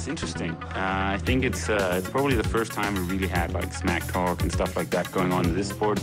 It's interesting. I think it's probably the first time we really had like smack talk and stuff like that going on in this sport.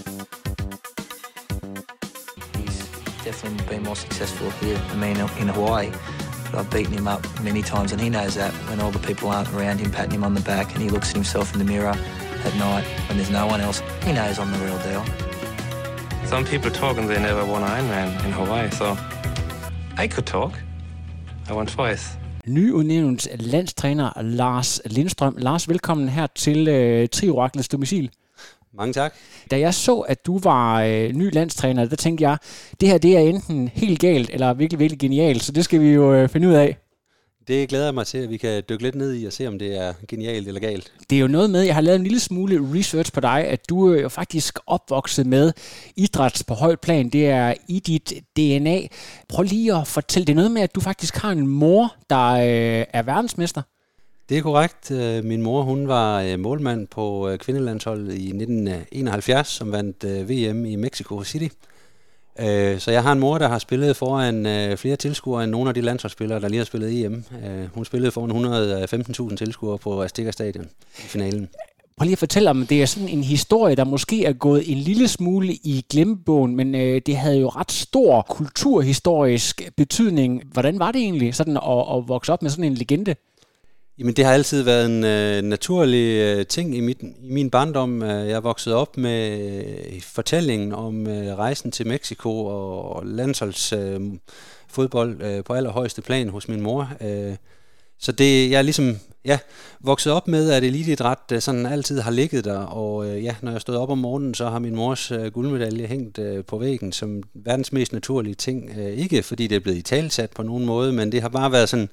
He's definitely been more successful here than me in Hawaii. But I've beaten him up many times, and he knows that when all the people aren't around him patting him on the back and he looks at himself in the mirror at night when there's no one else, he knows I'm the real deal. Some people talk and they never won Ironman in Hawaii, so I could talk. I won twice. Nyudnævnt landstræner Lars Lindstrøm. Lars, velkommen her til Trioraklets domicil. Mange tak. Da jeg så, at du var ny landstræner, der tænkte jeg, det her det er enten helt galt eller virkelig, virkelig genialt, så det skal vi jo finde ud af. Det glæder jeg mig til, at vi kan dykke lidt ned i og se, om det er genialt eller galt. Det er jo noget med, jeg har lavet en lille smule research på dig, at du er jo faktisk opvokset med idræt på højt plan. Det er i dit DNA. Prøv lige at fortælle, det er noget med, at du faktisk har en mor, der er verdensmester. Det er korrekt. Min mor, hun var målmand på kvindelandsholdet i 1971, som vandt VM i Mexico City. Så jeg har en mor, der har spillet foran flere tilskuere end nogle af de landsholdsspillere, der lige har spillet EM. Hun spillede foran 115.000 tilskuere på Azteca Stadion i finalen. Prøv lige at fortælle om, det er sådan en historie, der måske er gået en lille smule i glemmebogen, men det havde jo ret stor kulturhistorisk betydning. Hvordan var det egentlig sådan at vokse op med sådan en legende? Jamen, det har altid været en naturlig ting i min barndom. Jeg voksede op med fortællingen om rejsen til Mexico og landsholdsfodbold på allerhøjeste plan hos min mor. Så det jeg ligesom vokset op med, at eliteidræt sådan altid har ligget der. Og når jeg stod op om morgenen, så har min mors guldmedalje hængt på væggen som verdens mest naturlige ting. Ikke fordi det er blevet italesat på nogen måde, men det har bare været sådan,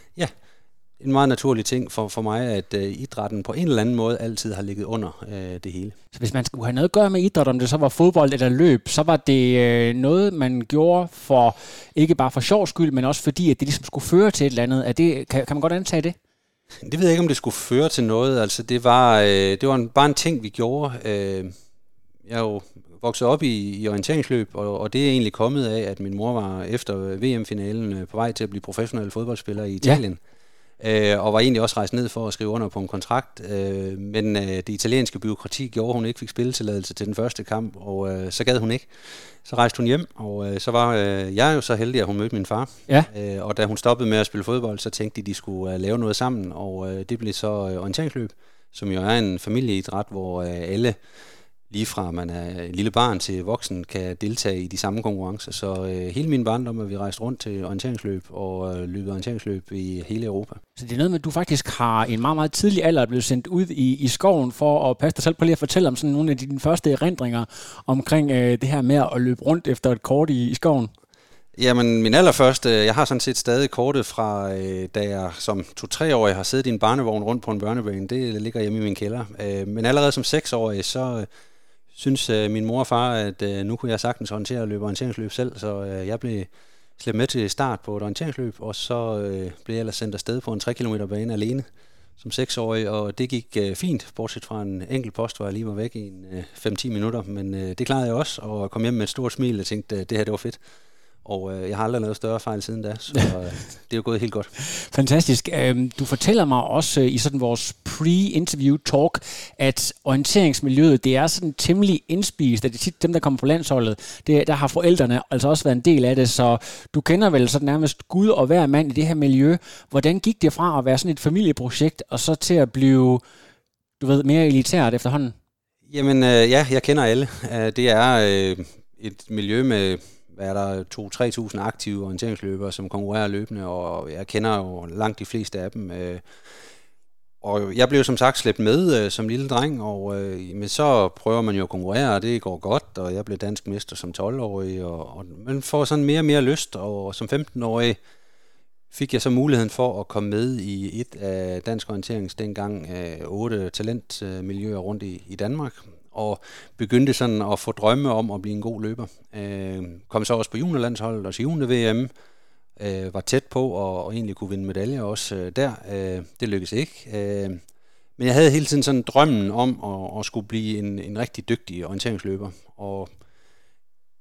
en meget naturlig ting for mig, at idrætten på en eller anden måde altid har ligget under det hele. Så hvis man skulle have noget at gøre med idræt, om det så var fodbold eller løb, så var det noget, man gjorde for ikke bare for sjov skyld, men også fordi, at det ligesom skulle føre til et eller andet. Kan man godt antage det? Det ved jeg ikke, om det skulle føre til noget. Altså, det var bare en ting, vi gjorde. Jeg er jo vokset op i orienteringsløb, og det er egentlig kommet af, at min mor var efter VM-finalen på vej til at blive professionel fodboldspiller i Italien. Ja. Og var egentlig også rejst ned for at skrive under på en kontrakt, men det italienske bureaukrati gjorde, at hun ikke fik spilletilladelse til den første kamp, og så gad hun ikke. Så rejste hun hjem, og så var jeg jo så heldig, at hun mødte min far. Ja. Og da hun stoppede med at spille fodbold, så tænkte de skulle lave noget sammen, og det blev så orienteringsløb, som jo er en familieidræt, hvor alle lige fra man er en lille barn til voksen, kan deltage i de samme konkurrencer. Så hele min barndom er vi rejst rundt til orienteringsløb og løbet orienteringsløb i hele Europa. Så det er noget med, at du faktisk har en meget, meget tidlig alder blevet sendt ud i skoven for at passe dig selv. Prøv lige at fortælle om sådan nogle af dine første erindringer omkring det her med at løbe rundt efter et kort i skoven. Jamen, min allerførste, jeg har sådan set stadig kortet fra, da jeg som 2-3-årig har siddet i en barnevogn rundt på en børnebane. Det ligger hjemme i min kælder. Men allerede som 6-årig, så synes min mor og far, at nu kunne jeg sagtens håndtere at løbe orienteringsløb selv, så jeg blev slæbt med til start på et orienteringsløb, og så blev jeg ellers sendt afsted på en 3 km bane alene som 6-årig, og det gik fint, bortset fra en enkelt post, hvor jeg lige var væk i 5-10 minutter, men det klarede jeg også, og kom hjem med et stort smil og tænkte, det her det var fedt. Og jeg har aldrig lavet større fejl siden da, så det er jo gået helt godt. Fantastisk. Du fortæller mig også i sådan vores pre-interview talk, at orienteringsmiljøet, det er sådan temmelig indspist, at det er tit dem, der kommer på landsholdet, der har forældrene altså også været en del af det, så du kender vel sådan nærmest Gud og hver mand i det her miljø. Hvordan gik det fra at være sådan et familieprojekt, og så til at blive, mere elitært efterhånden? Jamen jeg kender alle. Det er et miljø med er der 2-3.000 aktive orienteringsløbere, som konkurrerer løbende, og jeg kender jo langt de fleste af dem. Og jeg blev som sagt slæbt med som lille dreng, og men så prøver man jo at konkurrere, og det går godt, og jeg blev dansk mester som 12-årig, og man får sådan mere og mere lyst, og som 15-årig fik jeg så muligheden for at komme med i et af dansk orienterings dengang 8 talentmiljøer rundt i Danmark, og begyndte sådan at få drømme om at blive en god løber. Kom så også på juniorlandsholdet og til junior-VM, var tæt på og egentlig kunne vinde medaljer også der. Det lykkedes ikke. Men jeg havde hele tiden sådan drømmen om at skulle blive en rigtig dygtig orienteringsløber. Og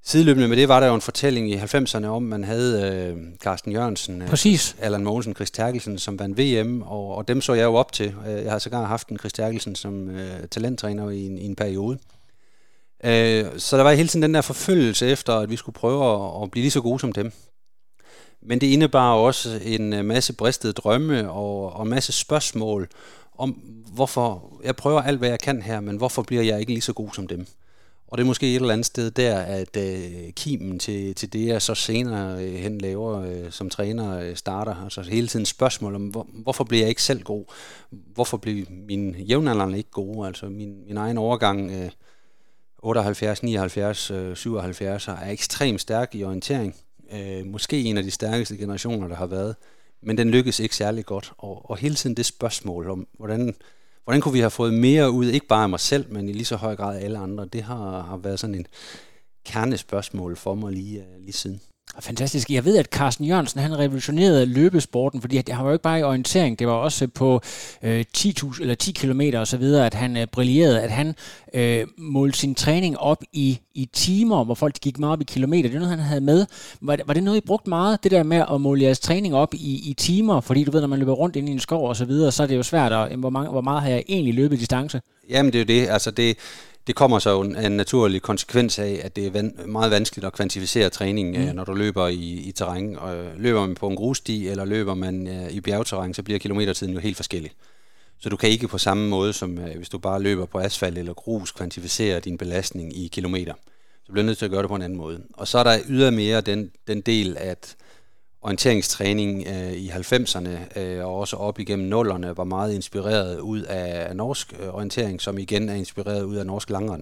Sideløbende med det var der jo en fortælling i 90'erne om, man havde Carsten Jørgensen, Allan Mogensen, Chris Terkelsen, som vandt VM, og dem så jeg jo op til. Jeg har sågar haft en Chris Terkelsen som talenttræner i en periode. Så der var hele tiden den der forfølgelse efter, at vi skulle prøve at blive lige så gode som dem. Men det indebar også en masse bristede drømme og en masse spørgsmål om, hvorfor jeg prøver alt, hvad jeg kan her, men hvorfor bliver jeg ikke lige så god som dem? Og det er måske et eller andet sted der, at kimen til det, jeg så senere hen laver som træner, starter. Altså hele tiden spørgsmål om, hvorfor bliver jeg ikke selv god? Hvorfor bliver mine jævnaldrende ikke gode? Altså min egen overgang, 78, 79, 77, er ekstremt stærk i orientering. Måske en af de stærkeste generationer, der har været. Men den lykkes ikke særlig godt. Og hele tiden det spørgsmål om, hvordan kunne vi have fået mere ud, ikke bare af mig selv, men i lige så høj grad af alle andre, det har været sådan en kernespørgsmål for mig lige siden. Fantastisk. Jeg ved, at Carsten Jørgensen, han revolutionerede løbesporten, fordi det var jo ikke bare i orientering, det var også på 10.000 eller 10 kilometer og så videre, at han brillerede, at han målte sin træning op i timer, hvor folk gik meget op i kilometer. Det er noget, han havde med. Var det noget, I brugte meget, det der med at måle jeres træning op i timer? Fordi du ved, når man løber rundt ind i en skov og så videre, så er det jo svært, hvor meget har jeg egentlig løbet distance? Jamen det er jo det, altså det kommer så en naturlig konsekvens af, at det er meget vanskeligt at kvantificere træning, når du løber i terræn. Og løber man på en grussti, eller løber man i bjergterræn, så bliver kilometertiden jo helt forskellig. Så du kan ikke på samme måde, som hvis du bare løber på asfalt eller grus, kvantificere din belastning i kilometer. Så bliver du nødt til at gøre det på en anden måde. Og så er der ydermere den del, at orienteringstræning i 90'erne og også op igennem 0'erne var meget inspireret ud af norsk orientering, som igen er inspireret ud af norsk langrend.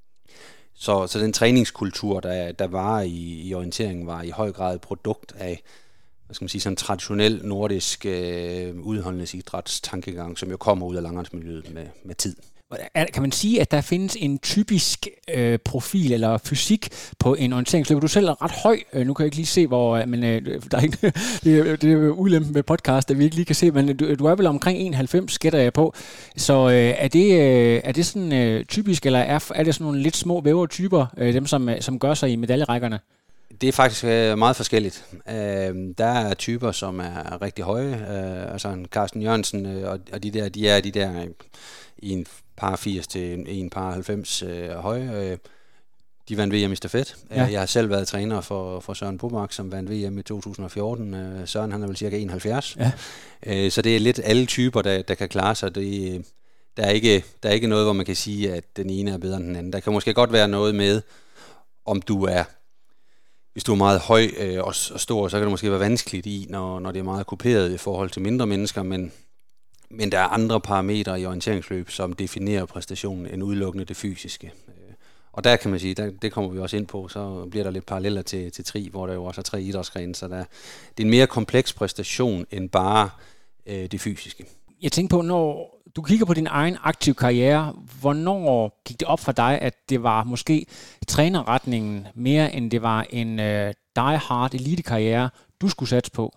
Så den træningskultur, der var i orienteringen, var i høj grad et produkt af, hvad skal man sige, sådan traditionel nordisk udholdenhedsidrætstankegang, som jo kommer ud af langrendsmiljøet med tid. Kan man sige, at der findes en typisk profil eller fysik på en orienteringsløber? Du selv er ret høj. Nu kan jeg ikke lige se, hvor... Men der er ikke, det er ulempe med podcast, at vi ikke lige kan se. Men du er vel omkring 91, gætter jeg på. Så er det sådan typisk, eller er det sådan nogle lidt små vævertyper, dem som gør sig i medaljerækkerne? Det er faktisk meget forskelligt. Der er typer, som er rigtig høje. Altså en Carsten Jørgensen og de der i en par 80 til en par 90 høje. De vandt VM i stafet. Ja. Jeg har selv været træner for Søren Bomark, som vandt VM i 2014. Søren, han er vel cirka 71. Ja. Så det er lidt alle typer, der kan klare sig. Der er ikke noget, hvor man kan sige, at den ene er bedre end den anden. Der kan måske godt være noget med, om hvis du er meget høj og stor, så kan det måske være vanskeligt når det er meget kuperet i forhold til mindre mennesker, men der er andre parametre i orienteringsløb, som definerer præstationen end udelukkende det fysiske. Og der kan man sige, det kommer vi også ind på, så bliver der lidt paralleller til tri, hvor der jo også er 3 idrætsgrene, så det er en mere kompleks præstation end bare det fysiske. Jeg tænker på, når du kigger på din egen aktive karriere, hvornår gik det op for dig, at det var måske trænerretningen mere, end det var en die-hard elitekarriere, du skulle satse på?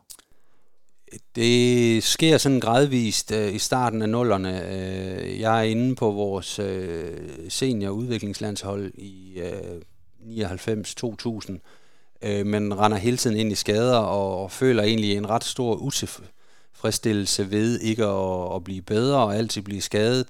Det sker sådan gradvist i starten af 0'erne. Jeg er inde på vores seniorudviklingslandshold i 99-2000, men render hele tiden ind i skader og føler egentlig en ret stor utilfredsstillelse ved ikke at blive bedre og altid blive skadet,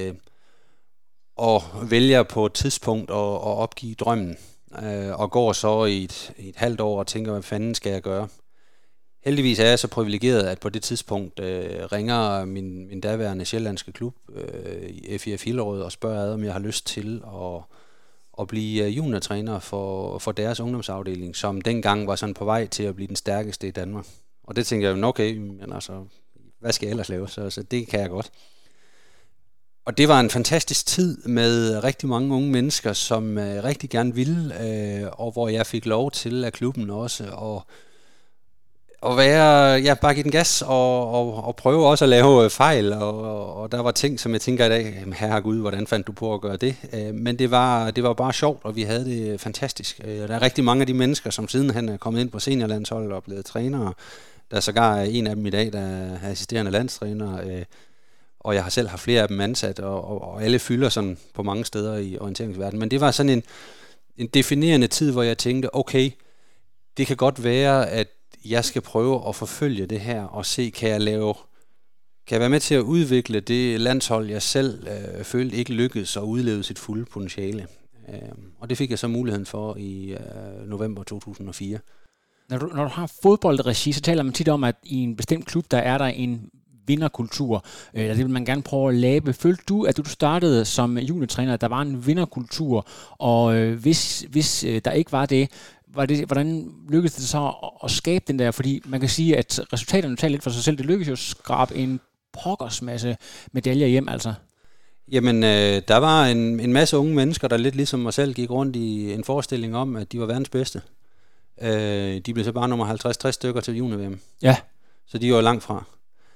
og vælger på et tidspunkt at opgive drømmen, og går så i et halvt år og tænker, hvad fanden skal jeg gøre? Heldigvis er jeg så privilegeret, at på det tidspunkt ringer min daværende sjællandske klub, FIF Hillerød, og spørger om jeg har lyst til at blive juniortræner for deres ungdomsafdeling, som dengang var sådan på vej til at blive den stærkeste i Danmark. Og det tænkte jeg jo, okay, men altså, hvad skal jeg ellers lave? Så det kan jeg godt. Og det var en fantastisk tid med rigtig mange unge mennesker, som rigtig gerne ville, og hvor jeg fik lov til af klubben også at være, bare give den gas og prøve også at lave fejl, og der var ting, som jeg tænker i dag, herregud, hvordan fandt du på at gøre det? Men det var bare sjovt, og vi havde det fantastisk. Der er rigtig mange af de mennesker, som siden han er kommet ind på seniorlandsholdet og blevet trænere. Der er sågar en af dem i dag, der er assisterende landstræner, og jeg har selv haft flere af dem ansat, og alle fylder sådan på mange steder i orienteringsverdenen. Men det var sådan en definerende tid, hvor jeg tænkte, okay, det kan godt være, at jeg skal prøve at forfølge det her, og se, kan jeg være med til at udvikle det landshold, jeg selv følte ikke lykkedes at udleve sit fulde potentiale. Og det fik jeg så muligheden for i november 2004. Når du har fodboldregi, så taler man tit om, at i en bestemt klub, der er der en vinderkultur, eller det vil man gerne prøve at lave. Følte du, at du startede som juniortræner, at der var en vinderkultur, og hvis der ikke var det, hvordan lykkedes det så at skabe den der? Fordi man kan sige, at resultaterne taler lidt for sig selv. Det lykkedes jo at skrabe en pokkers masse medaljer hjem, altså. Jamen, der var en masse unge mennesker, der lidt ligesom mig selv gik rundt i en forestilling om, at de var verdens bedste. De blev så bare nummer 50-60 stykker til junior-VM. Ja. Så de var langt fra.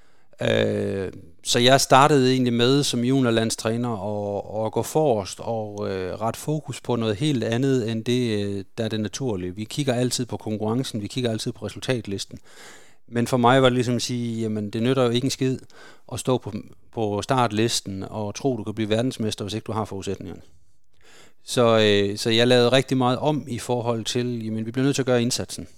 Så jeg startede egentlig med som juniorlandstræner og gå forrest og ret fokus på noget helt andet end det, der er det naturlige. Vi kigger altid på konkurrencen, vi kigger altid på resultatlisten. Men for mig var det ligesom at sige, jamen det nytter jo ikke en skid at stå på startlisten og tro, du kan blive verdensmester, hvis ikke du har forudsætningerne. Så jeg lavede rigtig meget om i forhold til, jamen vi bliver nødt til at gøre indsatsen.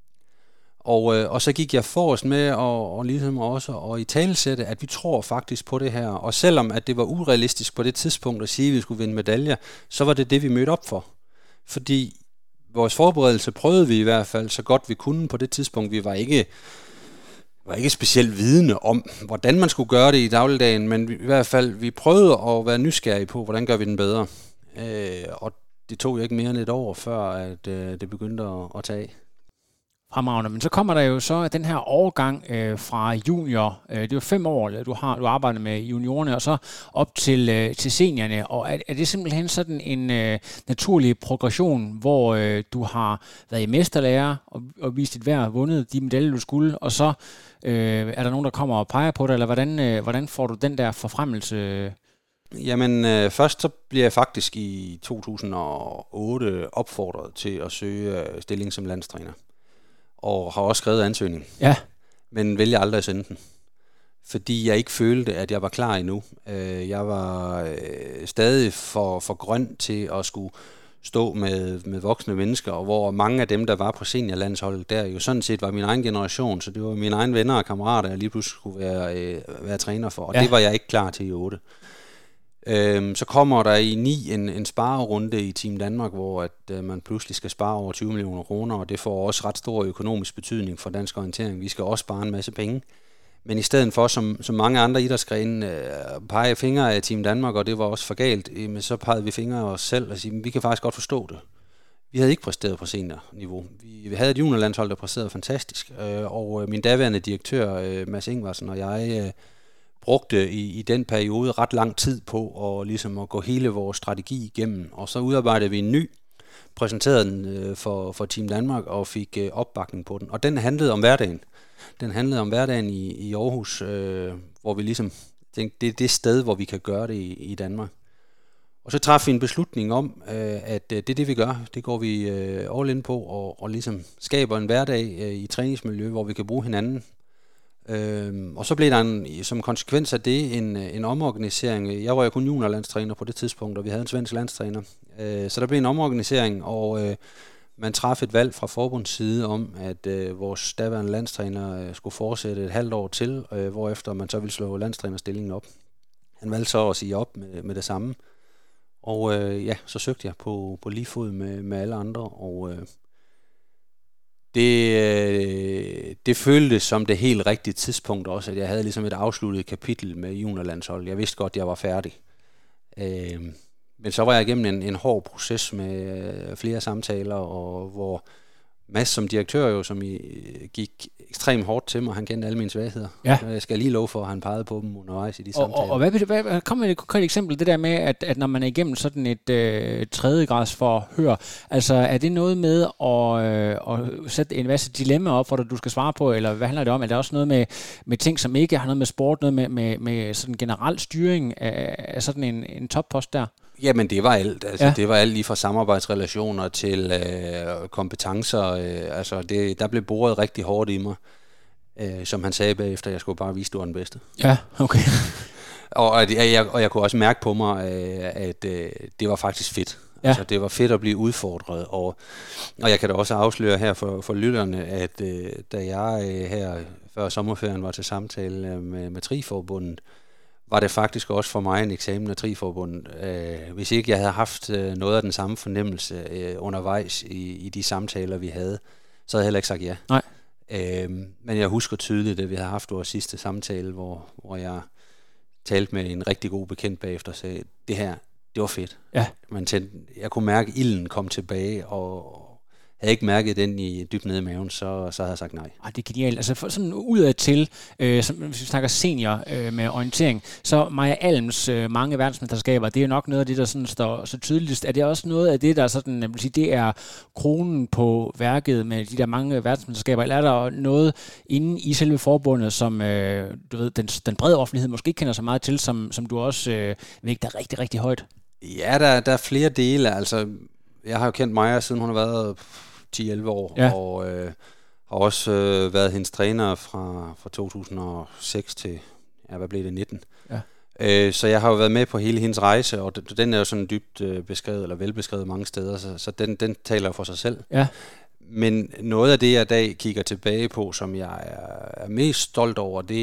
Og så gik jeg forrest med og ligesom også at italesætte, at vi tror faktisk på det her. Og selvom at det var urealistisk på det tidspunkt at sige, at vi skulle vinde medaljer, så var det vi mødte op for. Fordi vores forberedelse prøvede vi i hvert fald så godt vi kunne på det tidspunkt. Vi var ikke specielt vidende om, hvordan man skulle gøre det i dagligdagen, men i hvert fald vi prøvede at være nysgerrige på, hvordan gør vi den bedre. Og det tog jo ikke mere end et år, før at det begyndte at tage af. Fremragende. Men så kommer der jo så den her overgang fra junior. Det er jo 5 år, du arbejder med juniorerne, og så op til seniorerne. Og er det simpelthen sådan en naturlig progression, hvor du har været i mesterlærer og vist dit værd, vundet de medaljer, du skulle, og så er der nogen, der kommer og peger på dig, eller hvordan får du den der forfremmelse? Jamen, først så bliver jeg faktisk i 2008 opfordret til at søge stilling som landstræner. Og har også skrevet ansøgning. Ja. Men vælger aldrig at sende den. Fordi jeg ikke følte, at jeg var klar endnu. Jeg var stadig for grøn til at skulle stå med voksne mennesker, og hvor mange af dem, der var på seniorlandsholdet, der jo sådan set var min egen generation, så det var mine egne venner og kammerater, jeg lige pludselig skulle være træner for. Og det var jeg ikke klar til i 8. Så kommer der i 9 en sparerunde i Team Danmark, hvor at man pludselig skal spare over 20 millioner kroner, og det får også ret stor økonomisk betydning for dansk orientering. Vi skal også spare en masse penge. Men i stedet for, som mange andre idrætsgrene, pege fingre af Team Danmark, og det var også for galt, men så pegede vi fingre af os selv og sige, vi kan faktisk godt forstå det. Vi havde ikke præsteret på seniorniveau. Vi havde et juniorlandshold, der præsterede fantastisk, og min daværende direktør, Mads Ingvarsen, og jeg brugte i den periode ret lang tid på ligesom at gå hele vores strategi igennem, og så udarbejdede vi en ny, præsenterede den for Team Danmark og fik opbakning på den. Og den handlede om hverdagen. Den handlede om hverdagen i Aarhus, hvor vi ligesom tænkte, det er det sted, hvor vi kan gøre det i Danmark. Og så træffede vi en beslutning om, at det er det, vi gør. Det går vi all in på, og ligesom skaber en hverdag i træningsmiljø, hvor vi kan bruge hinanden. Og så blev der som konsekvens af det en omorganisering. Jeg var jo kun juniorlandstræner på det tidspunkt, og vi havde en svensk landstræner. Så der blev en omorganisering, og man traf et valg fra forbunds side om, at vores daværende landstræner skulle fortsætte et halvt år til, hvorefter man så ville slå landstrænerstillingen op. Han valgte så at sige op med det samme. Og så søgte jeg på lige fod med alle andre, og det føltes som det helt rigtige tidspunkt også, at jeg havde ligesom et afsluttet kapitel med juniorlandshold. Jeg vidste godt, at jeg var færdig. Men så var jeg igennem en hård proces med flere samtaler, og hvor Mads som direktør jo, som gik ekstremt hårdt til mig, han kendte alle mine svagheder. Ja. Jeg skal lige love for, at han pegede på dem undervejs i de samtaler. Og hvad kommer et konkret eksempel, det der med, at når man er igennem sådan et tredjegrads forhør, altså er det noget med at sætte en masse dilemmaer op, hvor du skal svare på, eller hvad handler det om? Er det også noget med ting, som ikke har noget med sport, noget med sådan generel styring af sådan en toppost der? Jamen det var alt, det var alt lige fra samarbejdsrelationer til kompetencer, der blev boret rigtig hårdt i mig, som han sagde bagefter, jeg skulle bare vise, du var den bedste. Ja, okay. og jeg kunne også mærke på mig, at det var faktisk fedt. Ja. Altså, det var fedt at blive udfordret, og jeg kan da også afsløre her for lytterne, at da jeg her før sommerferien var til samtale med Tri-forbundet, var det faktisk også for mig en eksamen af Tri-forbundet. Hvis ikke jeg havde haft noget af den samme fornemmelse undervejs i de samtaler, vi havde, så havde jeg heller ikke sagt ja. Nej. Men jeg husker tydeligt, at vi havde haft vores sidste samtale, hvor jeg talte med en rigtig god bekendt bagefter og sagde, det her, det var fedt. Ja. Jeg kunne mærke, at ilden kom tilbage, og havde ikke mærket den i dybt nede i maven, så havde jeg sagt nej. Det er genialt. Altså for sådan udadtil, hvis vi snakker senior med orientering, så Maja Alms mange verdensmesterskaber, det er nok noget af det, der sådan står så tydeligt. Er det også noget af det, der sådan, jeg vil sige, det er kronen på værket med de der mange verdensmesterskaber, eller er der noget inde i selve forbundet, som du ved, den brede offentlighed måske ikke kender så meget til, som du også vægter rigtig, rigtig højt? Ja, der er flere dele. Altså, jeg har jo kendt Maja, siden hun har været 10-11 år, ja. Og har også været hendes træner fra 2006 til, hvad blev det, 19. Ja. Så jeg har jo været med på hele hendes rejse, og den er jo sådan dybt beskrevet, eller velbeskrevet mange steder, så den taler for sig selv. Ja. Men noget af det, jeg i dag kigger tilbage på, som jeg er mest stolt over, det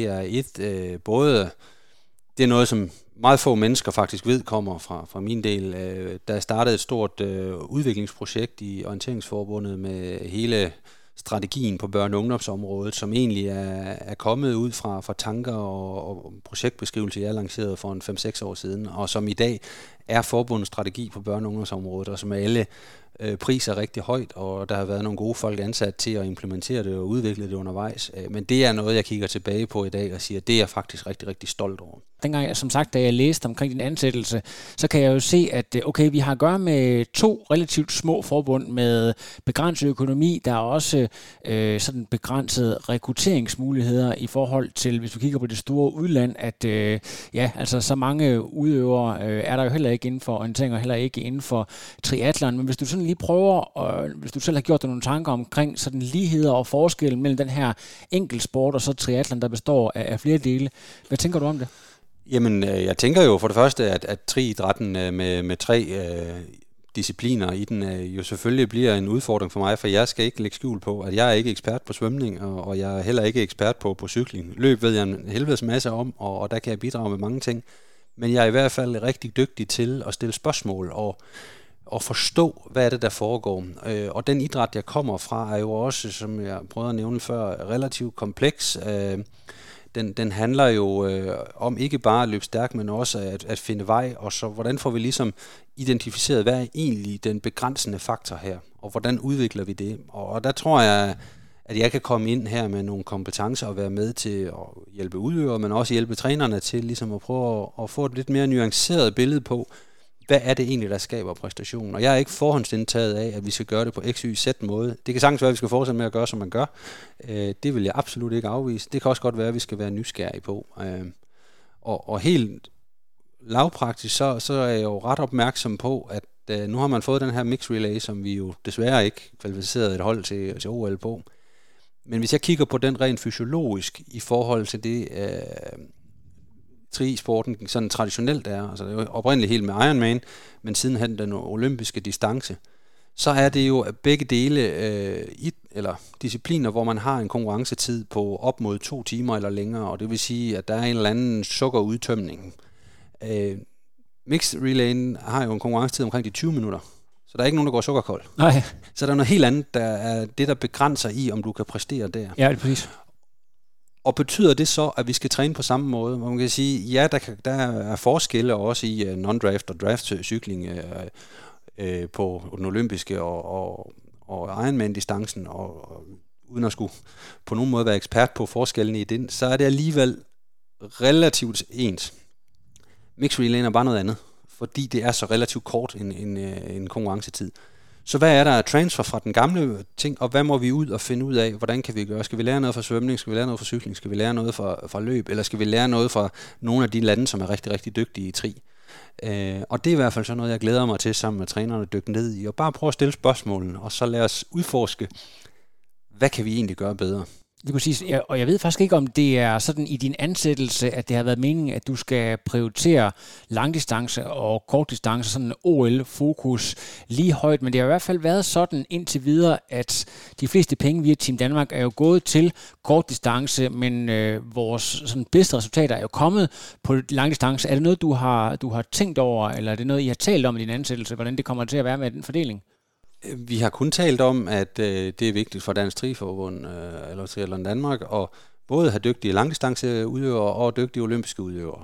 er både, det er noget, som meget få mennesker faktisk ved kommer fra min del. Der startede et stort udviklingsprojekt i Orienteringsforbundet med hele strategien på børne- og ungdomsområdet, som egentlig er kommet ud fra tanker og projektbeskrivelser, jeg lancerede for en 5-6 år siden, og som i dag er forbundets strategi på børne- og ungdomsområdet, og som alle priser rigtig højt, og der har været nogle gode folk ansat til at implementere det og udvikle det undervejs. Men det er noget, jeg kigger tilbage på i dag og siger, det er jeg faktisk rigtig, rigtig stolt over. Dengang, som sagt, da jeg læste omkring din ansættelse, så kan jeg jo se, at okay, vi har at gøre med 2 relativt små forbund med begrænset økonomi. Der er også sådan begrænsede rekrutteringsmuligheder i forhold til, hvis du kigger på det store udland, at altså så mange udøvere er der jo heller ikke inden for orientering, og heller ikke inden for triathlon. Men hvis du sådan lige prøver, hvis du selv har gjort dig nogle tanker omkring sådan ligheder og forskellen mellem den her enkeltsport og så triathlon, der består af flere dele, hvad tænker du om det? Jamen, jeg tænker jo for det første, at triidrætten med 3 discipliner i den jo selvfølgelig bliver en udfordring for mig, for jeg skal ikke lægge skjul på, at jeg er ikke ekspert på svømning, og jeg er heller ikke ekspert på cykling. Løb ved jeg en helvedes masse om, og der kan jeg bidrage med mange ting. Men jeg er i hvert fald rigtig dygtig til at stille spørgsmål og forstå, hvad er det, der foregår. Og den idræt, jeg kommer fra, er jo også, som jeg prøvede at nævne før, relativt kompleks. Den handler jo om ikke bare at løbe stærkt, men også at finde vej, og så hvordan får vi ligesom identificeret, hvad er egentlig den begrænsende faktor her, og hvordan udvikler vi det. Og der tror jeg, at jeg kan komme ind her med nogle kompetencer og være med til at hjælpe udøvere, men også hjælpe trænerne til ligesom at prøve at få et lidt mere nuanceret billede på, hvad er det egentlig, der skaber præstationen. Og jeg er ikke forhåndsindtaget af, at vi skal gøre det på x, y, z måde. Det kan sagtens være, at vi skal fortsætte med at gøre, som man gør. Det vil jeg absolut ikke afvise. Det kan også godt være, at vi skal være nysgerrige på. Og helt lavpraktisk, så er jeg jo ret opmærksom på, at nu har man fået den her mix relay, som vi jo desværre ikke kvalificerede et hold til OL på. Men hvis jeg kigger på den rent fysiologisk i forhold til det, tri-sporten sådan traditionelt er, altså det er jo oprindeligt helt med Ironman, men sidenhen den olympiske distance, så er det jo begge dele eller discipliner, hvor man har en konkurrencetid på op mod 2 timer eller længere, og det vil sige, at der er en eller anden sukkerudtømning. Mixed relayen har jo en konkurrencetid omkring de 20 minutter, så der er ikke nogen, der går sukkerkold. Nej. Så der er noget helt andet, der er det, der begrænser i, om du kan præstere der. Ja, det er præcis. Og betyder det så, at vi skal træne på samme måde? Man kan sige, ja, der er forskelle også i non-draft og draft-cykling på den olympiske og Ironman-distancen, og uden at skulle på nogen måde være ekspert på forskellene i den, så er det alligevel relativt ens. Mixed relay er bare noget andet, fordi det er så relativt kort en konkurrencetid. Så hvad er der transfer fra den gamle ting, og hvad må vi ud og finde ud af, hvordan kan vi gøre? Skal vi lære noget fra svømning, skal vi lære noget fra cykling, skal vi lære noget fra løb, eller skal vi lære noget fra nogle af de lande, som er rigtig, rigtig dygtige i tri? Og det er i hvert fald sådan noget, jeg glæder mig til sammen med trænerne at dykke ned i, og bare prøve at stille spørgsmålene, og så lad os udforske, hvad kan vi egentlig gøre bedre? Det er præcis, og jeg ved faktisk ikke, om det er sådan i din ansættelse, at det har været meningen, at du skal prioritere langdistance og kortdistance, sådan en OL-fokus lige højt, men det har i hvert fald været sådan indtil videre, at de fleste penge via Team Danmark er jo gået til kortdistance, men vores sådan bedste resultater er jo kommet på langdistance. Er det noget, du har tænkt over, eller er det noget, I har talt om i din ansættelse, hvordan det kommer til at være med den fordeling? Vi har kun talt om, at det er vigtigt for Dansk Triathlon eller Triathlon Danmark at både have dygtige langdistanceudøvere og dygtige olympiske udøvere.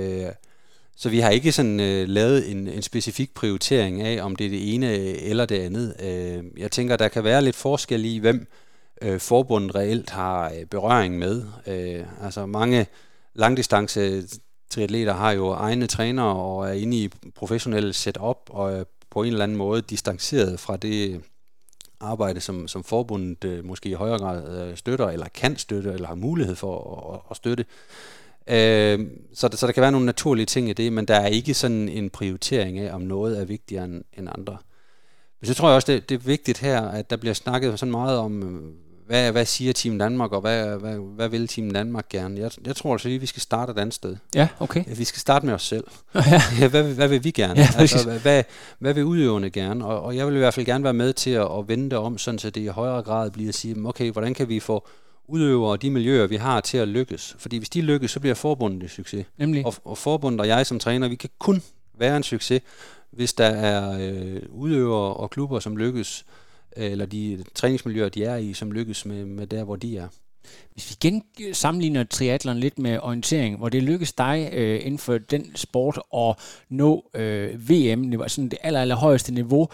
Så vi har ikke sådan lavet en specifik prioritering af, om det er det ene eller det andet. Jeg tænker, der kan være lidt forskel i, hvem forbundet reelt har berøring med. Altså mange langdistance triatleter har jo egne trænere og er inde i professionelle setup og på en eller anden måde distanceret fra det arbejde, som forbundet måske i højere grad støtter, eller kan støtte, eller har mulighed for at støtte. Så der kan være nogle naturlige ting i det, men der er ikke sådan en prioritering af, om noget er vigtigere end andre. Men så tror jeg også, det er vigtigt her, at der bliver snakket sådan meget om, hvad siger Team Danmark, og hvad vil Team Danmark gerne? Jeg tror altså lige, vi skal starte et andet sted. Ja, okay. Vi skal starte med os selv. Ja. Hvad vil vi gerne? Ja, altså, hvad vil udøverne gerne? Og jeg vil i hvert fald gerne være med til at vende det om, sådan så det i højere grad bliver at sige, okay, hvordan kan vi få udøvere og de miljøer, vi har, til at lykkes? Fordi hvis de lykkes, så bliver forbundet en succes. Nemlig. Og forbundet og jeg som træner, vi kan kun være en succes, hvis der er udøvere og klubber, som lykkes, eller de træningsmiljøer, de er i, som lykkes med der, hvor de er. Hvis vi igen sammenligner triathlon lidt med orientering, hvor det lykkes dig inden for den sport at nå VM, sådan det allerhøjeste niveau,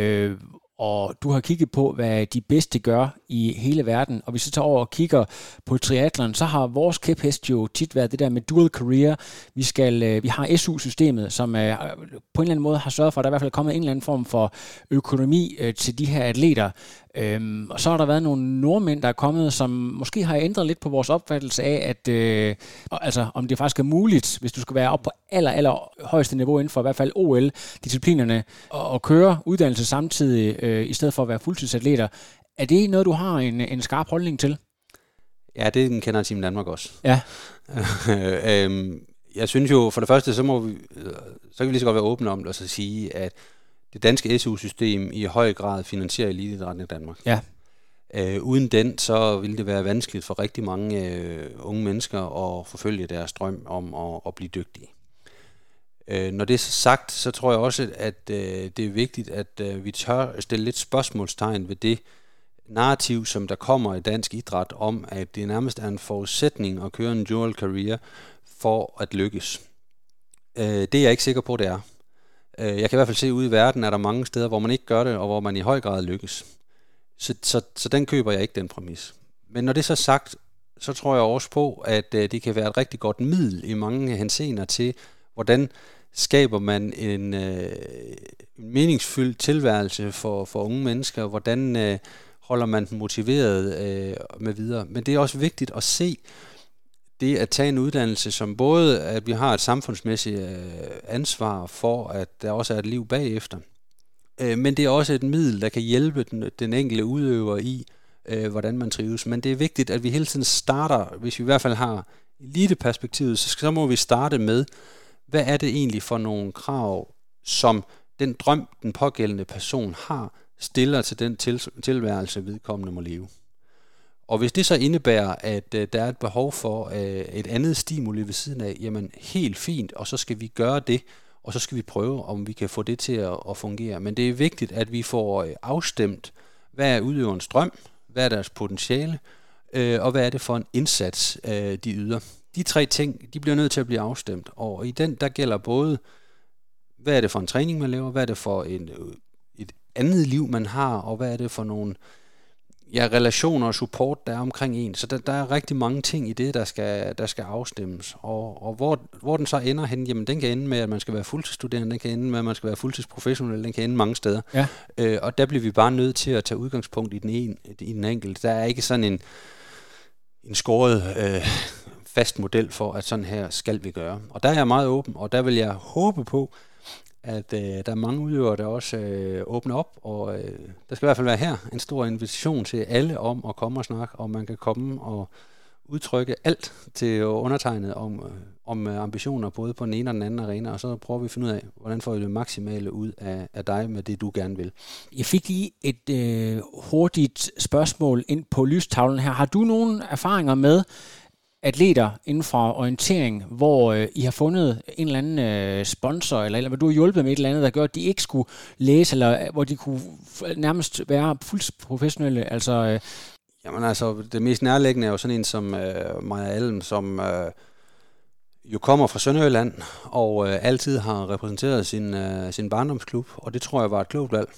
og du har kigget på, hvad de bedste gør i hele verden, og hvis vi tager over og kigger på triathlon, så har vores kæphest jo tit været det der med dual career. Vi har SU-systemet, som på en eller anden måde har sørget for, at der i hvert fald er kommet en eller anden form for økonomi til de her atleter. Og så har der været nogle nordmænd, der er kommet, som måske har ændret lidt på vores opfattelse af, at altså, om det faktisk er muligt, hvis du skal være op på aller højeste niveau inden for i hvert fald OL-disciplinerne, og køre uddannelse samtidig, i stedet for at være fuldtidsatleter. Er det noget, du har en skarp holdning til? Ja, det kender Team Danmark også. Ja. Jeg synes jo, for det første, så kan vi lige så godt være åbne om det, og så sige, at det danske SU-system i høj grad finansierer eliteidrætten i Danmark. Ja. Uden den, så ville det være vanskeligt for rigtig mange unge mennesker at forfølge deres drøm om at blive dygtige. Når det er sagt, så tror jeg også, at det er vigtigt, at vi tør stille lidt spørgsmålstegn ved det narrativ, som der kommer i dansk idræt, om at det nærmest er en forudsætning at køre en dual career for at lykkes. Det er jeg ikke sikker på, det er. Jeg kan i hvert fald se, at ude i verden er der mange steder, hvor man ikke gør det, og hvor man i høj grad lykkes. Så den køber jeg ikke, den præmis. Men når det er så sagt, så tror jeg også på, at det kan være et rigtig godt middel i mange henseender til, hvordan skaber man en meningsfyldt tilværelse for unge mennesker, hvordan holder man den motiveret med videre. Men det er også vigtigt at se det at tage en uddannelse, som både, at vi har et samfundsmæssigt ansvar for, at der også er et liv bagefter, men det er også et middel, der kan hjælpe den enkelte udøver i, hvordan man trives. Men det er vigtigt, at vi hele tiden starter, hvis vi i hvert fald har eliteperspektivet, så må vi starte med, hvad er det egentlig for nogle krav, som den drøm, den pågældende person har, stiller til den tilværelse, vedkommende må leve. Og hvis det så indebærer, at der er et behov for et andet stimuli ved siden af, jamen helt fint, og så skal vi gøre det, og så skal vi prøve, om vi kan få det til at fungere. Men det er vigtigt, at vi får afstemt, hvad er udøverens drøm, hvad er deres potentiale, og hvad er det for en indsats, de yder. De tre ting, de bliver nødt til at blive afstemt, og i den, der gælder både, hvad er det for en træning, man laver, hvad er det for et andet liv, man har, og hvad er det for nogle relationer og support, der er omkring en. Så der er rigtig mange ting i det, der skal afstemmes. Og hvor den så ender hen, jamen den kan ende med, at man skal være fuldtidsstuderende, den kan ende med, at man skal være fuldtidsprofessionel, den kan ende mange steder. Ja. Og der bliver vi bare nødt til at tage udgangspunkt i den enkelte. Der er ikke sådan en skåret fast model for, at sådan her skal vi gøre. Og der er jeg meget åben, og der vil jeg håbe på, at der er mange udøvere, der også åbner op, og der skal i hvert fald være her en stor invitation til alle om at komme og snakke, og man kan komme og udtrykke alt til undertegnet om ambitioner, både på den ene og den anden arena, og så prøver vi at finde ud af, hvordan får vi det maksimale ud af dig med det, du gerne vil. Jeg fik lige et hurtigt spørgsmål ind på lystavlen her. Har du nogle erfaringer med atleter inden for orientering, hvor I har fundet en eller anden sponsor, eller hvor du har hjulpet med et eller andet, der gør, at de ikke skulle læse, eller hvor de kunne nærmest være fuldt professionelle? Altså, Jamen altså, det mest nærliggende er jo sådan en som Maja Alm, som jo kommer fra Sønderjylland, og altid har repræsenteret sin barndomsklub, og det tror jeg var et klogt valg.